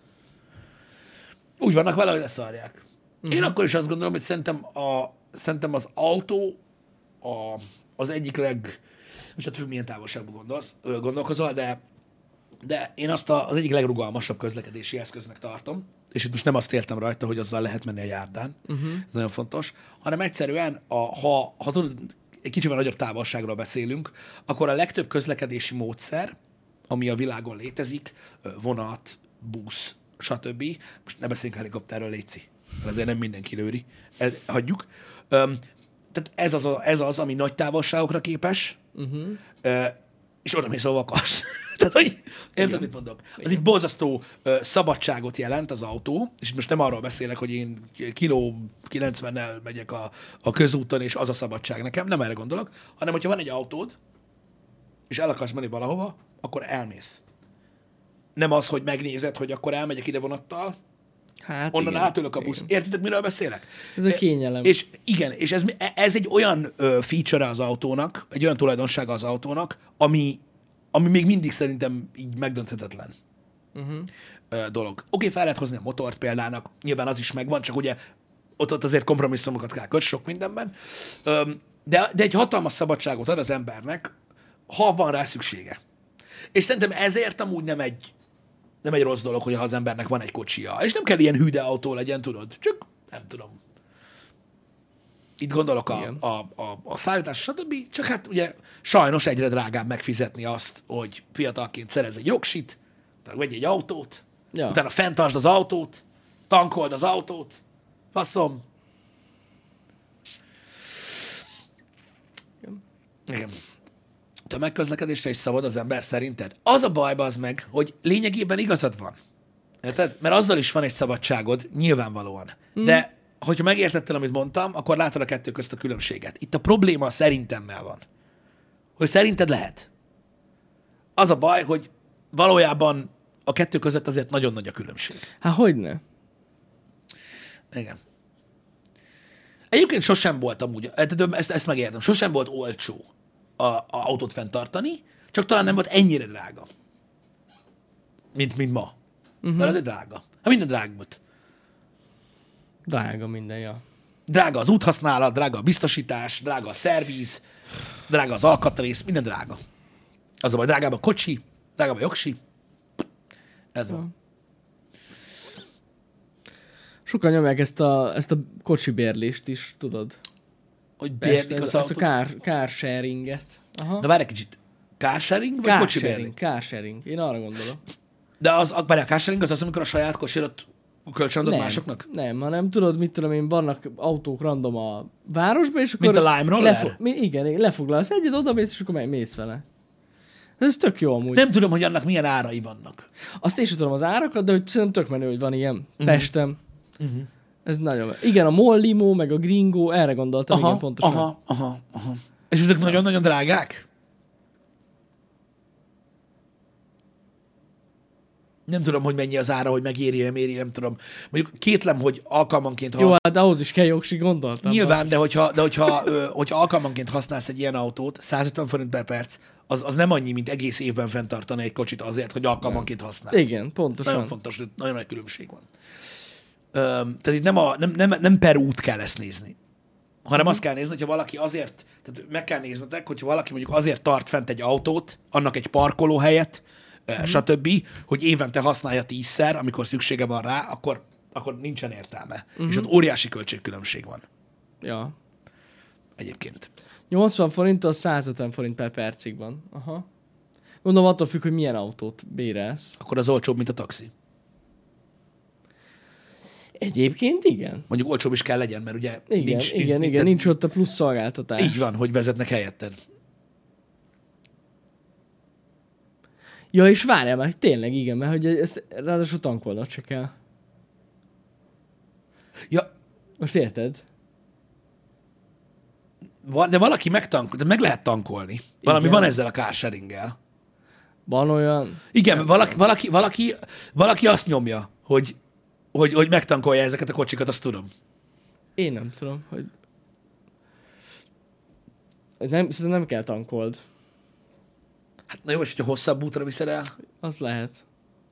Úgy vannak vele, hogy leszarják. Én akkor is azt gondolom, hogy szerintem az autó az egyik most hát milyen távolságban gondolkozol, de én azt az egyik legrugalmasabb közlekedési eszköznek tartom, és itt most nem azt értem rajta, hogy azzal lehet menni a járdán, ez nagyon fontos, hanem egyszerűen, ha tudod, egy kicsivel nagyobb távolságról beszélünk, akkor a legtöbb közlekedési módszer, ami a világon létezik, vonat, busz, stb. Most ne beszéljünk helikopterről, léci, mert azért nem mindenki lőri, hagyjuk. Tehát ez az, ami nagy távolságokra képes, és oda mész, ahova akarsz. Tehát, hogy érted, mit mondok? Az egy borzasztó szabadságot jelent az autó, és most nem arról beszélek, hogy én kiló 90-nel megyek a közúton, és az a szabadság nekem, nem erre gondolok, hanem hogyha van egy autód, és el akarsz menni valahova, akkor elmész. Nem az, hogy megnézed, hogy akkor elmegyek ide vonattal, hát onnan átülök a busz. Igen. Értitek, miről beszélek?
Ez a kényelem.
És igen, és ez egy olyan feature az autónak, egy olyan tulajdonsága az autónak, ami még mindig szerintem így megdönthetetlen dolog. Oké, fel lehet hozni a motort példának, nyilván az is megvan, csak ugye ott azért kompromisszumokat kell kötni sok mindenben, de egy hatalmas szabadságot ad az embernek, ha van rá szüksége. És szerintem ezért amúgy nem egy rossz dolog, hogyha az embernek van egy kocsia. És nem kell ilyen hűde autó legyen, tudod. Csak nem tudom. Itt gondolok a szállítás, stb. Csak hát ugye sajnos egyre drágább megfizetni azt, hogy fiatalként szerez egy jogsit, utána vegy egy autót, utána fenntartsd az autót, tankold az autót. Faszom. Igen. Tömegközlekedésre is szabad az ember szerinted? Az a baj, az meg, hogy lényegében igazad van. Érted? Mert azzal is van egy szabadságod, nyilvánvalóan. De hogyha megértetted, amit mondtam, akkor látod a kettő közt a különbséget. Itt a probléma szerintemmel van. Hogy szerinted lehet. Az a baj, hogy valójában a kettő között azért nagyon nagy a különbség.
Hát hogyne?
Igen. Egyébként sosem volt amúgy, ezt megértem, sosem volt olcsó a autót fenntartani, csak talán nem volt ennyire drága, mint ma. Mert az egy drága. Hát minden drága volt.
Drága minden, ja.
Drága az úthasználat, drága a biztosítás, drága a szerviz, drága az alkatrész, minden drága. Az a baj, drágább a kocsi, drágább a jogsi. Ez van.
Sokan nyomják ezt a kocsi bérlést is, tudod.
Hogy bérlik az autót?
Ezt a carsharinget. Aha.
Na várj egy kicsit. Carsharing vagy kocsi bérling?
Carsharing. Én arra gondolom.
De a carsharing az, amikor a saját kocsirat kölcsönadod másoknak?
Nem, hanem tudod, mit tudom én, vannak autók random a városba, és akkor...
Mint a Lime Roller?
Igen, lefoglalsz egyet, odamész, és akkor mész vele. Ez tök jó amúgy.
Nem tudom, hogy annak milyen árai vannak.
Azt én sem tudom az árakat, de hogy szerintem tök menő, hogy van ilyen Pestem. Ez nagyon... Igen, a MOL Limo, meg a Gringo, erre gondoltam, igen, pontosan.
Aha. És ezek nagyon-nagyon drágák? Nem tudom, hogy mennyi az ára, hogy megéri, nem tudom. Mondjuk kétlem, hogy alkalmanként
Jó, hát ahhoz is kell jogsi, gondoltam.
Nyilván, de hogyha alkalmanként használsz egy ilyen autót, 150 forint per perc, az nem annyi, mint egész évben fenntartani egy kocsit azért, hogy alkalmanként használj.
Igen, pontosan.
Nagyon fontos, nagyon nagy különbség van. Tehát itt nem per út kell ezt nézni, hanem azt kell nézni, hogyha valaki azért, tehát meg kell néznetek, hogyha valaki mondjuk azért tart fent egy autót, annak egy parkolóhelyet, stb., hogy évente használja 10-szer, amikor szüksége van rá, akkor nincsen értelme. És ott óriási költségkülönbség van.
Ja.
Egyébként.
80 forinttól 150 forint per percig van. Aha. Gondolom attól függ, hogy milyen autót bérelsz.
Akkor az olcsóbb, mint a taxi.
Egyébként igen.
Mondjuk olcsóbb is kell legyen, mert ugye
nincs ott a plusz szolgáltatás.
Így van, hogy vezetnek helyetted.
Ja, és várjál meg, tényleg igen, mert hogy ezt ráadásul tankolnod se kell.
Ja.
Most érted?
De valaki de meg lehet tankolni. Valami van ezzel a carsharinggel.
Van olyan...
Igen, valaki azt nyomja, hogy megtankolja ezeket a kocsikat, azt tudom.
Én nem tudom, hogy... Szerintem nem kell tankold.
Hát na jó, és hogyha hosszabb útra viszed el?
Az lehet.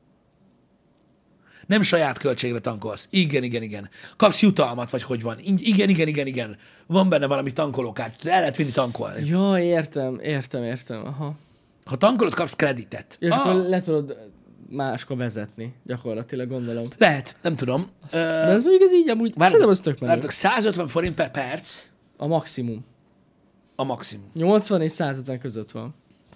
Nem saját költségre tankolsz. Igen. Kapsz jutalmat, vagy hogy van. Igen. Van benne valami tankolókártya, el lehet vinni tankolni.
Ja, értem. Aha.
Ha tankolod, kapsz kreditet.
És akkor le tudod máskor vezetni, gyakorlatilag gondolom.
Lehet, nem tudom.
De ez mondjuk ez így amúgy, szerintem az tök menő.
150 forint per perc.
A maximum. 80 és 150 között van.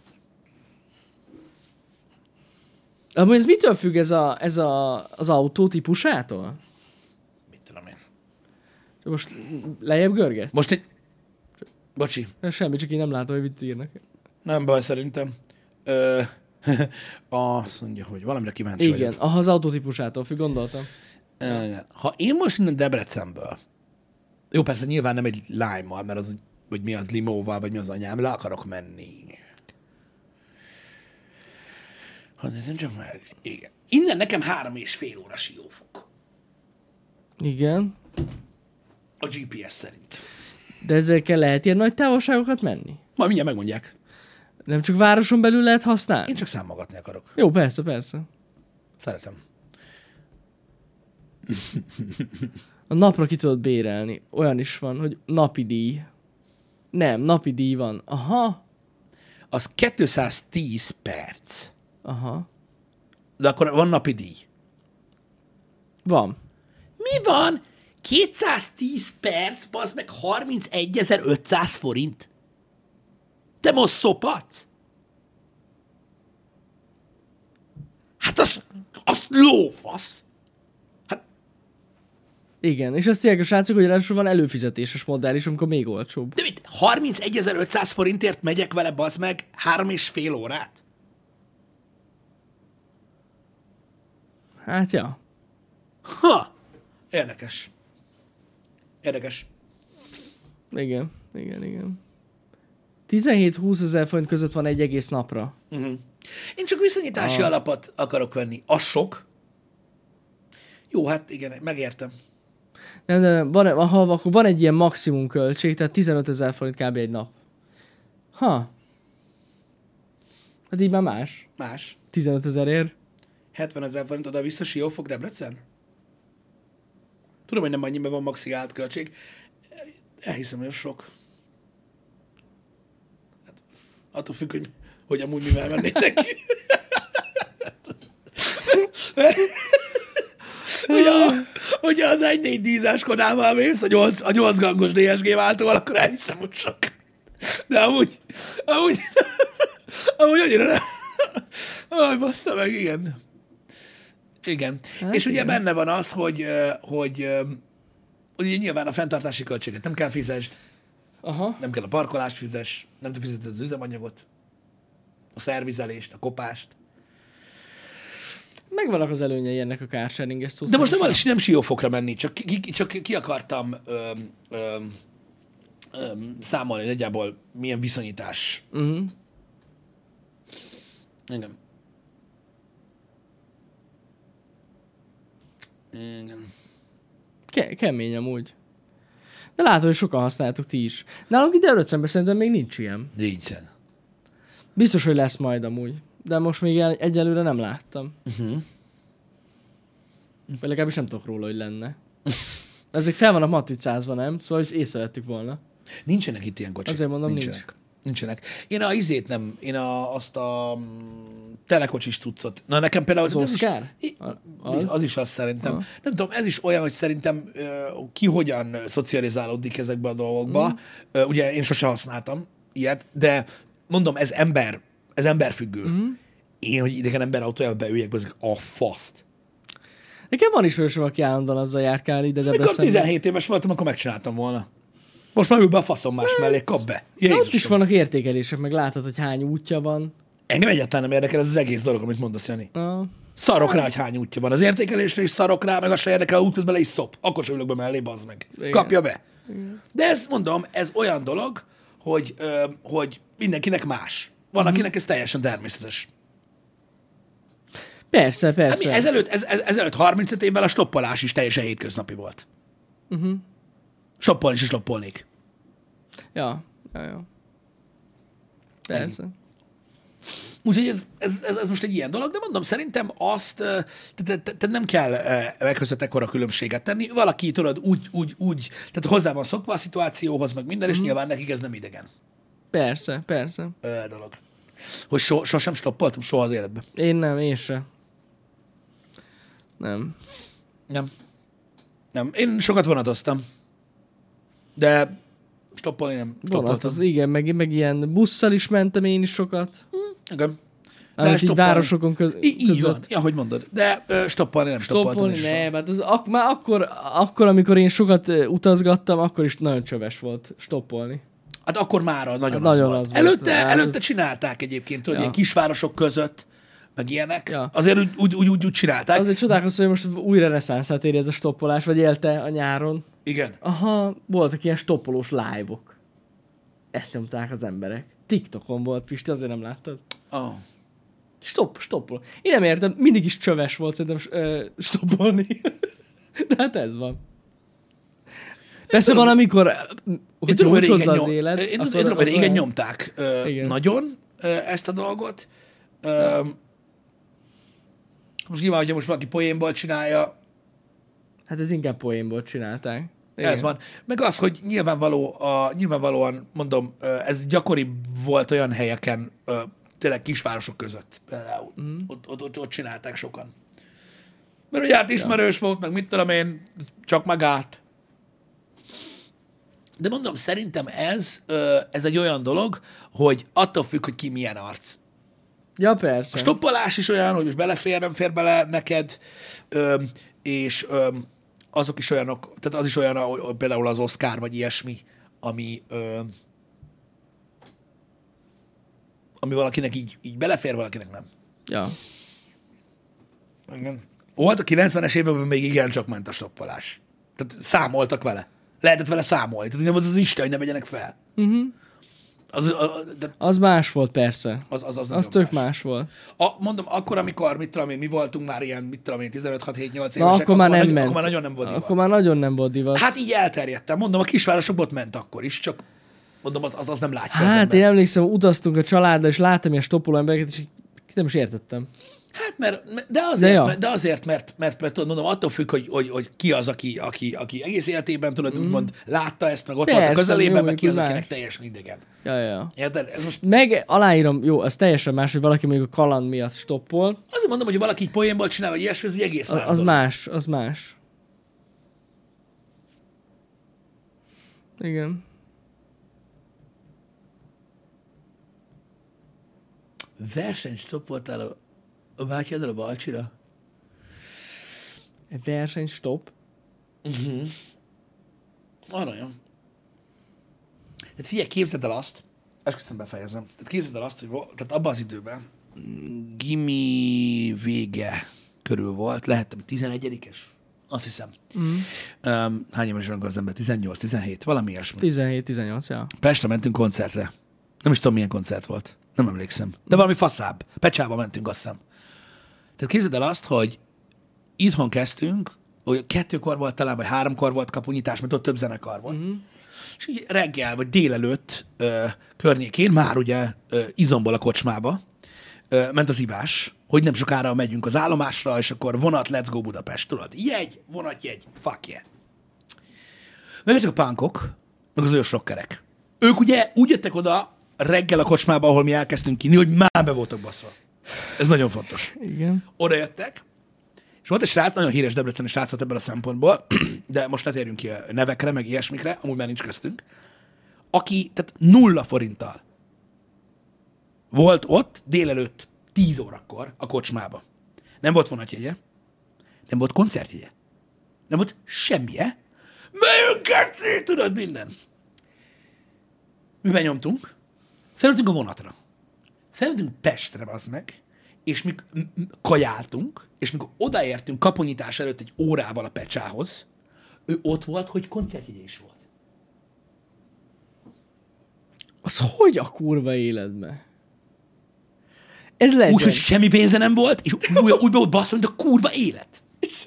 Amúgy ez mitől függ az autó típusától?
Mit tudom én.
Most lejjebb görgetsz?
Most egy... Bocsi.
Semmi, csak én nem látom, hogy mit írnak.
Nem baj, szerintem. Azt mondja, hogy valamire kíváncsi
vagyok. Igen, az autótípusától függ, gondoltam.
Ha én most innen Debrecenből, jó, persze nyilván nem egy Lime-mal, mert az, hogy mi az limóval, vagy mi az anyám, le akarok menni. Nézzem csak meg. Igen. Innen nekem 3,5 óra Siófok.
Igen.
A GPS szerint.
De ezekkel lehet ilyen nagy távolságokat menni?
Majd mindjárt megmondják.
Nem csak városon belül lehet használni?
Én csak számogatni akarok.
Jó, persze.
Szeretem.
A napra ki tudod bérelni. Olyan is van, hogy napi díj. Nem, napi díj van. Aha.
Az 210 perc.
Aha.
De akkor van napi díj.
Van.
Mi van? 210 perc, bazd meg 31.500 forint. Te most szopadsz? Hát az lófasz. Hát...
Igen, és azt mondják a srácok, hogy ráadásul van előfizetéses modell is, amikor még olcsóbb.
De mit? 31.500 forintért megyek vele, bazd meg 3,5 órát?
Hát, ja.
Ha! Érdekes.
Igen. 17-20 ezer forint között van egy egész napra.
Uh-huh. Én csak viszonyítási alapot akarok venni. Az sok. Jó, hát igen, megértem.
Nem, akkor van egy ilyen maximum költség, tehát 15 ezer forint kb. Egy nap. Ha. Hát így már más. 15 ezerért.
70 000 forint oda-vissza Siófok, Debrecen? Tudom, hogy nem annyi, mert van maximált költség. Elhiszem, hogy sok. Hát, attól függ, hogy amúgy mivel mennétek ki. hogyha az 1-4 dízes Kodával mész a 8 gangos DSG váltóval, akkor elhiszem, hogy sok. De amúgy annyira nem. Bassza meg, igen. Igen. Hát és ugye benne van az, hogy ugye nyilván a fenntartási költséget nem kell fizesd.
Aha.
Nem kell a parkolást fizes, nem te fizeted az üzemanyagot, a szervizelést, a kopást.
Megvannak az előnyei ennek a carsharing-es szó.
De most nem Siófokra menni, csak ki akartam számolni nagyjából milyen viszonyítás. Igen. Igen.
Kemény amúgy. De látom, hogy sokan használjátok ti is. Nálunk ide Debrecenben szerintem még nincs ilyen.
Nincsen.
Biztos, hogy lesz majd amúgy. De most még egyelőre nem láttam. Vagy legalábbis nem tudok róla, hogy lenne. Ezek fel vannak matricázva, nem? Szóval észrevettük volna.
Nincsenek itt ilyen kocsik.
Azért mondom,
Nincsenek. Én azt a telekocsis cuccot. Na nekem például...
Az Oscar?
Az is azt szerintem. Nem tudom, ez is olyan, hogy szerintem ki hogyan szocializálódik ezekbe a dolgokba. Ugye én sose használtam ilyet, de mondom, ez emberfüggő. Én, hogy idegen ember autójába beüljek, azok a faszt.
Nekem van ismerősöm, aki állandóan azzal járkál ide Debrecenben.
Amikor 17 éves voltam, akkor megcsináltam volna. Most már ül be a faszom más mellé, kap be.
Ott is vannak értékelések, meg látod, hogy hány útja van.
Engem egyáltalán nem érdekel ez az egész dolog, amit mondasz, Jani. Szarok rá, hogy hány útja van. Az értékelésre is szarok rá, meg azt se érdekel, a útközben le is szop. Akkor sem ülök be mellé, bazd meg. Igen. Kapja be. Igen. De ez, mondom, ez olyan dolog, hogy mindenkinek más. Van, akinek ez teljesen természetes.
Persze.
Hát ezelőtt 35 évvel a stoppolás is teljesen hétköznapi volt. Stoppolni is stoppolnék.
Ja. Persze.
Úgyhogy ez most egy ilyen dolog, de mondom, szerintem azt, tehát nem kell megközött ekkora különbséget tenni. Valaki, tudod, úgy, tehát hozzá van szokva a szituációhoz, meg minden, és nyilván nekik ez nem idegen.
Persze.
Dolog. Hogy sosem stoppoltam, soha az életben.
Én sem.
Nem. Én sokat vonatoztam. De stoppolni nem stoppoltam.
Vonat, igen, meg ilyen busszal is mentem én is sokat.
Igen.
De így városokon
így van, ja, hogy mondod. De stoppolni nem stoppoltam.
Nem, hát már akkor, amikor én sokat utazgattam, akkor is nagyon csöves volt stoppolni.
Hát akkor már nagyon az volt. Előtte csinálták egyébként, tudod, ilyen kisvárosok között, meg ilyenek. Ja. Azért úgy csinálták.
Azért csodálkozom, hogy most új reneszánszát éri ez a stoppolás, vagy élte a nyáron.
Igen.
Aha, voltak ilyen stoppolós live-ok. Ezt nyomták az emberek. TikTokon volt, Pisti, azért nem láttad? Stoppol. Én nem értem, mindig is csöves volt szerintem stoppolni. De hát ez van. Persze van, amikor hogyha úgy hozza az élet.
Én tudom, hogy régen nyomták nagyon ezt a dolgot. Most nyilván, hogyha most valaki poénból csinálja.
Hát ez inkább poénból csinálták.
Igen. Ez van. Meg az, hogy nyilvánvalóan, mondom, ez gyakori volt olyan helyeken, tényleg kisvárosok között például. Ott csinálták sokan. Mert ugye hát ismerős volt, meg mit tudom én, csak megállt. De mondom, szerintem ez egy olyan dolog, hogy attól függ, hogy ki milyen arc.
Ja, persze.
A stoppolás is olyan, hogy most belefér, nem fér bele neked, és azok is olyanok, tehát az is olyan, hogy például az Oscar, vagy ilyesmi, ami valakinek így belefér, valakinek nem.
Ja.
Igen. Volt a 90-es években még igencsak ment a stoppolás. Tehát számoltak vele. Lehetett vele számolni. Tehát nem volt az Isten, hogy ne vegyenek fel.
Az más volt, persze.
Az
tök más volt.
Mondom, akkor, amikor, mi voltunk már ilyen, 15-6-7-8 évesek,
akkor már nem ment.
Akkor már nagyon nem volt divat.
Akkor már nagyon nem volt divat.
Hát így elterjedtem. Mondom, a kisvárosokból ment akkor is, csak mondom, az nem látja az
ember.
ember.
Én emlékszem, utaztunk a családdal, és láttam ilyen stoppoló embereket, és nem is értettem.
Hát, de azért, mert tudod, mondom, attól függ, hogy ki az, aki egész életében, tudod, úgymond látta ezt, meg ott volt a közelében, meg ki az, akinek teljesen idegen.
Ja.
Érted? Ez most...
Meg aláírom, jó, az teljesen más, hogy valaki mondjuk a kaland miatt stoppol.
Azért mondom, hogy valaki poénból csinál, vagy ilyesmi, ez egy egész más.
Az más. Igen.
Versenystopp voltál a bátyáddal a Balcsira?
Versenystopp?
Aranyom. Tehát figyelj, képzeld el azt, esküszöm befejezem, tehát képzeld el azt, hogy tehát abban az időben gimi vége körül volt, lehettem 11-es, azt hiszem. Hány éves van az ember? 18, 17, valami ilyesmi.
17-18, ja.
Pestre mentünk koncertre. Nem is tudom, milyen koncert volt. Nem emlékszem. De valami faszább. Pecsába mentünk, azt hiszem. Tehát képzeld el azt, hogy itthon kezdtünk, hogy 2-kor volt talán, vagy 3-kor volt kapunyítás, mert ott több zenekar volt. És így reggel, vagy délelőtt környékén, már ugye izomból a kocsmába ment az ivás, hogy nem sokára megyünk az állomásra, és akkor vonat, let's go Budapest, tudod? Jegy, vonatjegy, fuck yeah. Megjöttek a punkok, meg az ős rockerek. Ők ugye úgy jöttek oda reggel a kocsmába, ahol mi elkezdtünk kinni, hogy már be voltak baszva. Ez nagyon fontos.
Igen.
Oda jöttek, és volt egy srác, nagyon híres debreceni srác volt ebből a szempontból, de most ne térjünk ki a nevekre, meg ilyesmikre, amúgy már nincs köztünk, aki, tehát 0 forinttal volt ott délelőtt 10 órakor a kocsmába. Nem volt vonatjegye, nem volt koncertjegye, nem volt semmije, melyünk ketté, tudod, minden. Mi benyomtunk, felültünk a vonatra. Felültünk Pestre, az meg, és mi kajáltunk, és mikor odaértünk kaponyítás előtt egy órával a Pecsához, ő ott volt, hogy koncertjegye is volt.
Az hogy a kurva életben? Ez legyen.
Úgy, hogy semmi pénze nem volt, és úgy be ott basszol, mint a kurva élet.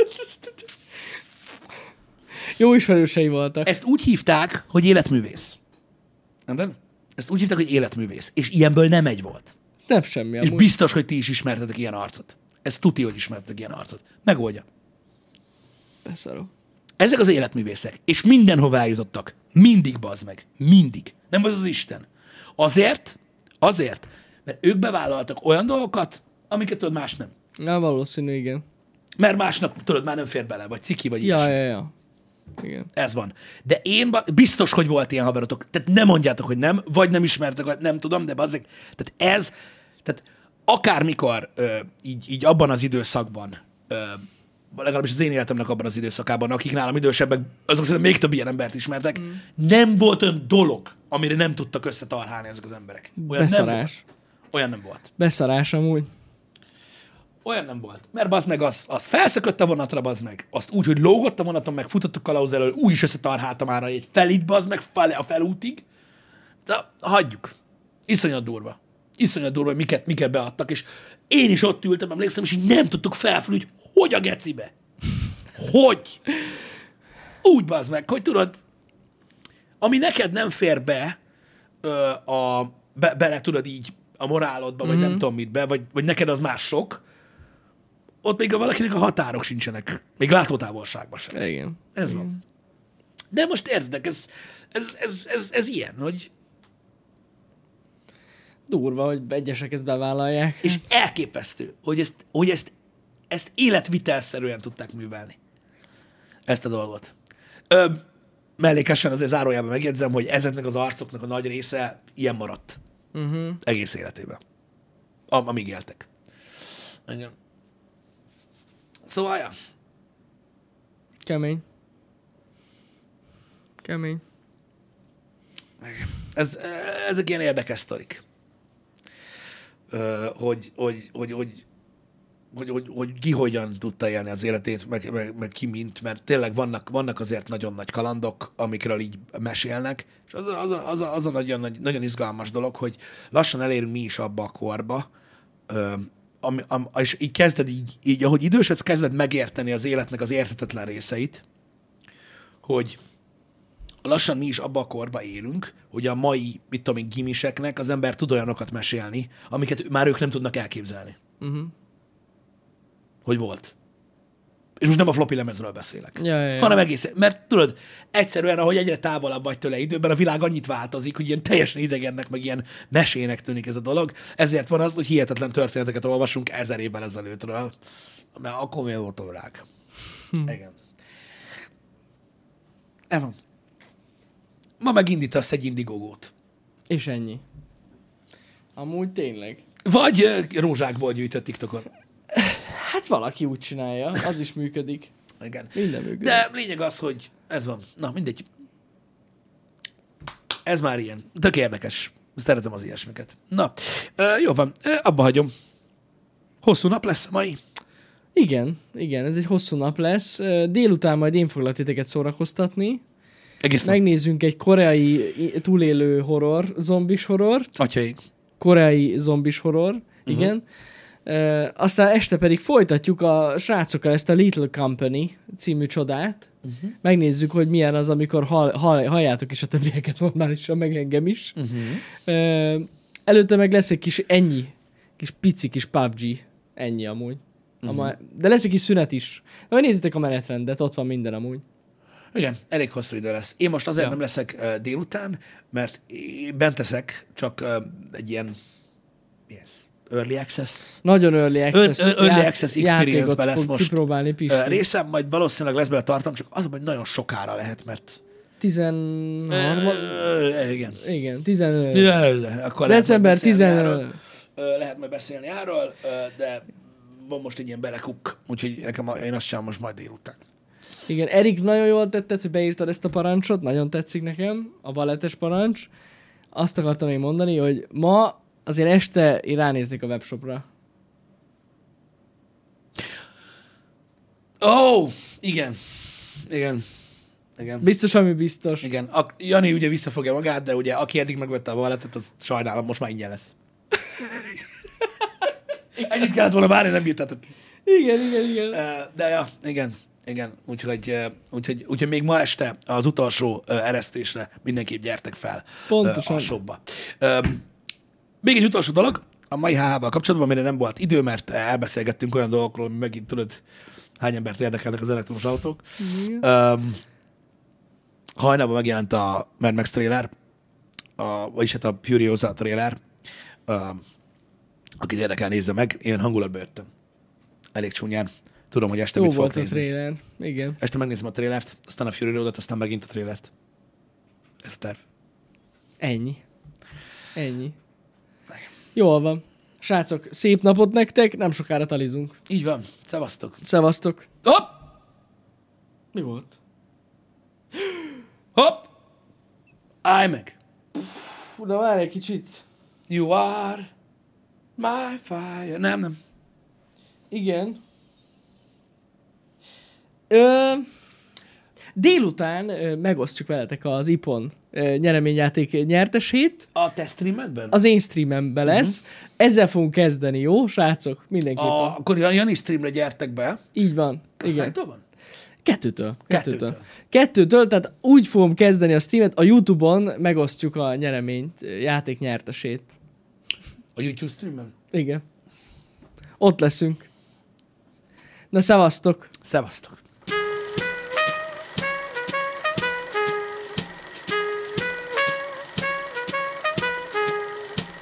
Jó ismerősei voltak.
Ezt úgy hívták, hogy életművész. Nem? Ezt úgy hívták, hogy életművész. És ilyenből nem egy volt.
Nem semmi.
És biztos, hogy ti is ismertetek ilyen arcot. Ez tuti, hogy ismertetek ilyen arcot. Megoldja.
Beszarok.
Ezek az életművészek. És mindenhova eljutottak. Mindig, bazd meg. Mindig. Nem az Isten. Azért, mert ők bevállaltak olyan dolgokat, amiket tudod, más nem.
Na, valószínű, igen.
Mert másnak, tudod, már nem fér bele, vagy ciki, vagy ilyesmi.
Ja. Igen.
Ez van. De én biztos, hogy volt ilyen haverotok. Tehát nem mondjátok, hogy nem, vagy nem ismertek, vagy nem tudom, de bazzeg. Tehát akármikor így abban az időszakban, legalábbis az én életemnek abban az időszakában, akik nálam idősebbek, azok szerintem még több ilyen embert ismertek, nem volt olyan dolog, amire nem tudtak összetarhálni ezek az emberek. Olyan nem volt.
Beszarás amúgy.
Olyan nem volt. Mert bazd meg, az felszökött a vonatra, bazd meg. Azt úgy, hogy lógott a vonaton, meg futott a kalauz elől, úgy is összetarhálta már egy felit, bazd meg, a felútig. De hagyjuk. Iszonyat durva. Hogy miket beadtak, és én is ott ültem, emlékszem, és így nem tudtuk felfülni, hogy a gecibe. Hogy? Úgy, bazd meg, hogy tudod, ami neked nem fér be, bele tudod így a morálodba, vagy nem tudom mit be, vagy neked az már sok, ott még valakinek a határok sincsenek. Még látótávolságban sem.
Igen.
Ez van. De most értedek, ez ilyen, hogy...
Durva, hogy egyesek ezt bevállalják.
És elképesztő, hogy ezt életvitelszerűen tudták művelni. Ezt a dolgot. Mellékesen azért zárójában megjegyzem, hogy ezeknek az arcoknak a nagy része ilyen maradt. Egész életében. Amíg éltek. Igen. Szóval, ja.
Kemény.
Ezek ilyen érdekes sztorik. Hogy ki hogyan tudta élni az életét, meg ki mint, mert tényleg vannak azért nagyon nagy kalandok, amikről így mesélnek, és az a nagyon izgalmas dolog, hogy lassan elérünk mi is abba a korba, és így kezded így, ahogy idősödsz, kezded megérteni az életnek az érthetetlen részeit, hogy lassan mi is abba a korba élünk, hogy a mai, mit tudom én, gimiseknek az ember tud olyanokat mesélni, amiket már ők nem tudnak elképzelni. Hogy volt. És most nem a floppy lemezről beszélek.
Ja.
Hanem egész, mert tudod, egyszerűen, ahogy egyre távolabb vagy tőle időben, a világ annyit változik, hogy ilyen teljesen idegennek, meg ilyen mesének tűnik ez a dolog. Ezért van az, hogy hihetetlen történeteket olvasunk 1000 évvel ezelőttről. Mert akkor mi volt a világ. Igen. Ez van. ma megindítasz egy Indiegogo-t.
És ennyi. Amúgy tényleg.
Vagy rózsákból gyűjtött TikTokon.
Hát valaki úgy csinálja, az is működik.
Igen.
Minden működik.
De lényeg az, hogy ez van. Na, mindegy. Ez már ilyen. Tök érdekes. Szeretem az ilyesmiket. Na, jó van. Abba hagyom. Hosszú nap lesz a mai.
Igen, ez egy hosszú nap lesz. Délután majd én foglak titeket szórakoztatni.
Egész
Megnézzünk egy koreai túlélő horror, zombis horrort.
Atyaik.
Koreai zombis horror, igen. Aztán este pedig folytatjuk a srácokkal ezt a Little Company című csodát. Megnézzük, hogy milyen az, amikor halljátok is a többieket normálisan, meg engem is. Előtte meg lesz egy kis pici kis PUBG. Ennyi amúgy. De lesz egy kis szünet is. Majd nézzétek a menetrendet, ott van minden amúgy.
Igen, elég hosszú idő lesz. Én most azért nem leszek délután, mert bent leszek, csak egy ilyen early access.
Nagyon early access.
Early access experience-be lesz most
részem,
majd valószínűleg lesz bele tartom, csak az, hogy nagyon sokára lehet, mert
13. Igen,
15. Akkor
december 15.
Lehet majd beszélni erről, de van most egy ilyen belekuk, úgyhogy nekem én azt sem most majd délután.
Igen, Erik, nagyon jól tetted, hogy beírtad ezt a parancsot, nagyon tetszik nekem, a baletes parancs. Azt akartam még mondani, hogy ma azért este én ránéznék a webshopra.
Igen.
Biztos, ami biztos.
Igen. Jani ugye visszafogja magát, de ugye aki eddig megvette a baletet, az sajnálom, most már ingyen lesz. Ennyit kellett volna várni, nem bírtátok ki.
Igen.
De ja, igen. Úgyhogy még ma este az utolsó eresztésre mindenképp gyertek fel a shopba. Még egy utolsó dolog, a mai HH-val kapcsolatban, amire nem volt idő, mert elbeszélgettünk olyan dolgokról, ami megint tudod, hány embert érdekelnek az elektromos autók. Hajnalban megjelent a Mad Max trailer, vagyis hát a Furiosa trailer. Akit érdekel, nézze meg. Én hangulatba jöttem. Elég csúnyán. Tudom, hogy este mit fogok nézni.
Jó volt a trailer. Igen.
Este megnézem a trailert, aztán a Fury Road-ot, aztán megint a trailert. Ez a terv.
Ennyi. Jól van. Srácok, szép napot nektek, nem sokára talizunk.
Így van. Szevasztok.
Hopp! Mi volt?
Hopp! Állj meg!
De várj egy kicsit.
You are my fire. Nem.
Igen. Délután megosztjuk veletek az IPON nyereményjáték nyertesét.
A te streamedben?
Az én streamemben lesz. Ezzel fogunk kezdeni, jó, srácok? Mindenképpen.
Akkor Jani streamre gyertek be.
Így van. Igen.
Hánytól van?
Kettőtől, tehát úgy fogom kezdeni a streamet, a YouTube-on megosztjuk a nyereményt, játék nyertesét.
A YouTube streamen?
Igen. Ott leszünk. Na, szevasztok!
Szevasztok!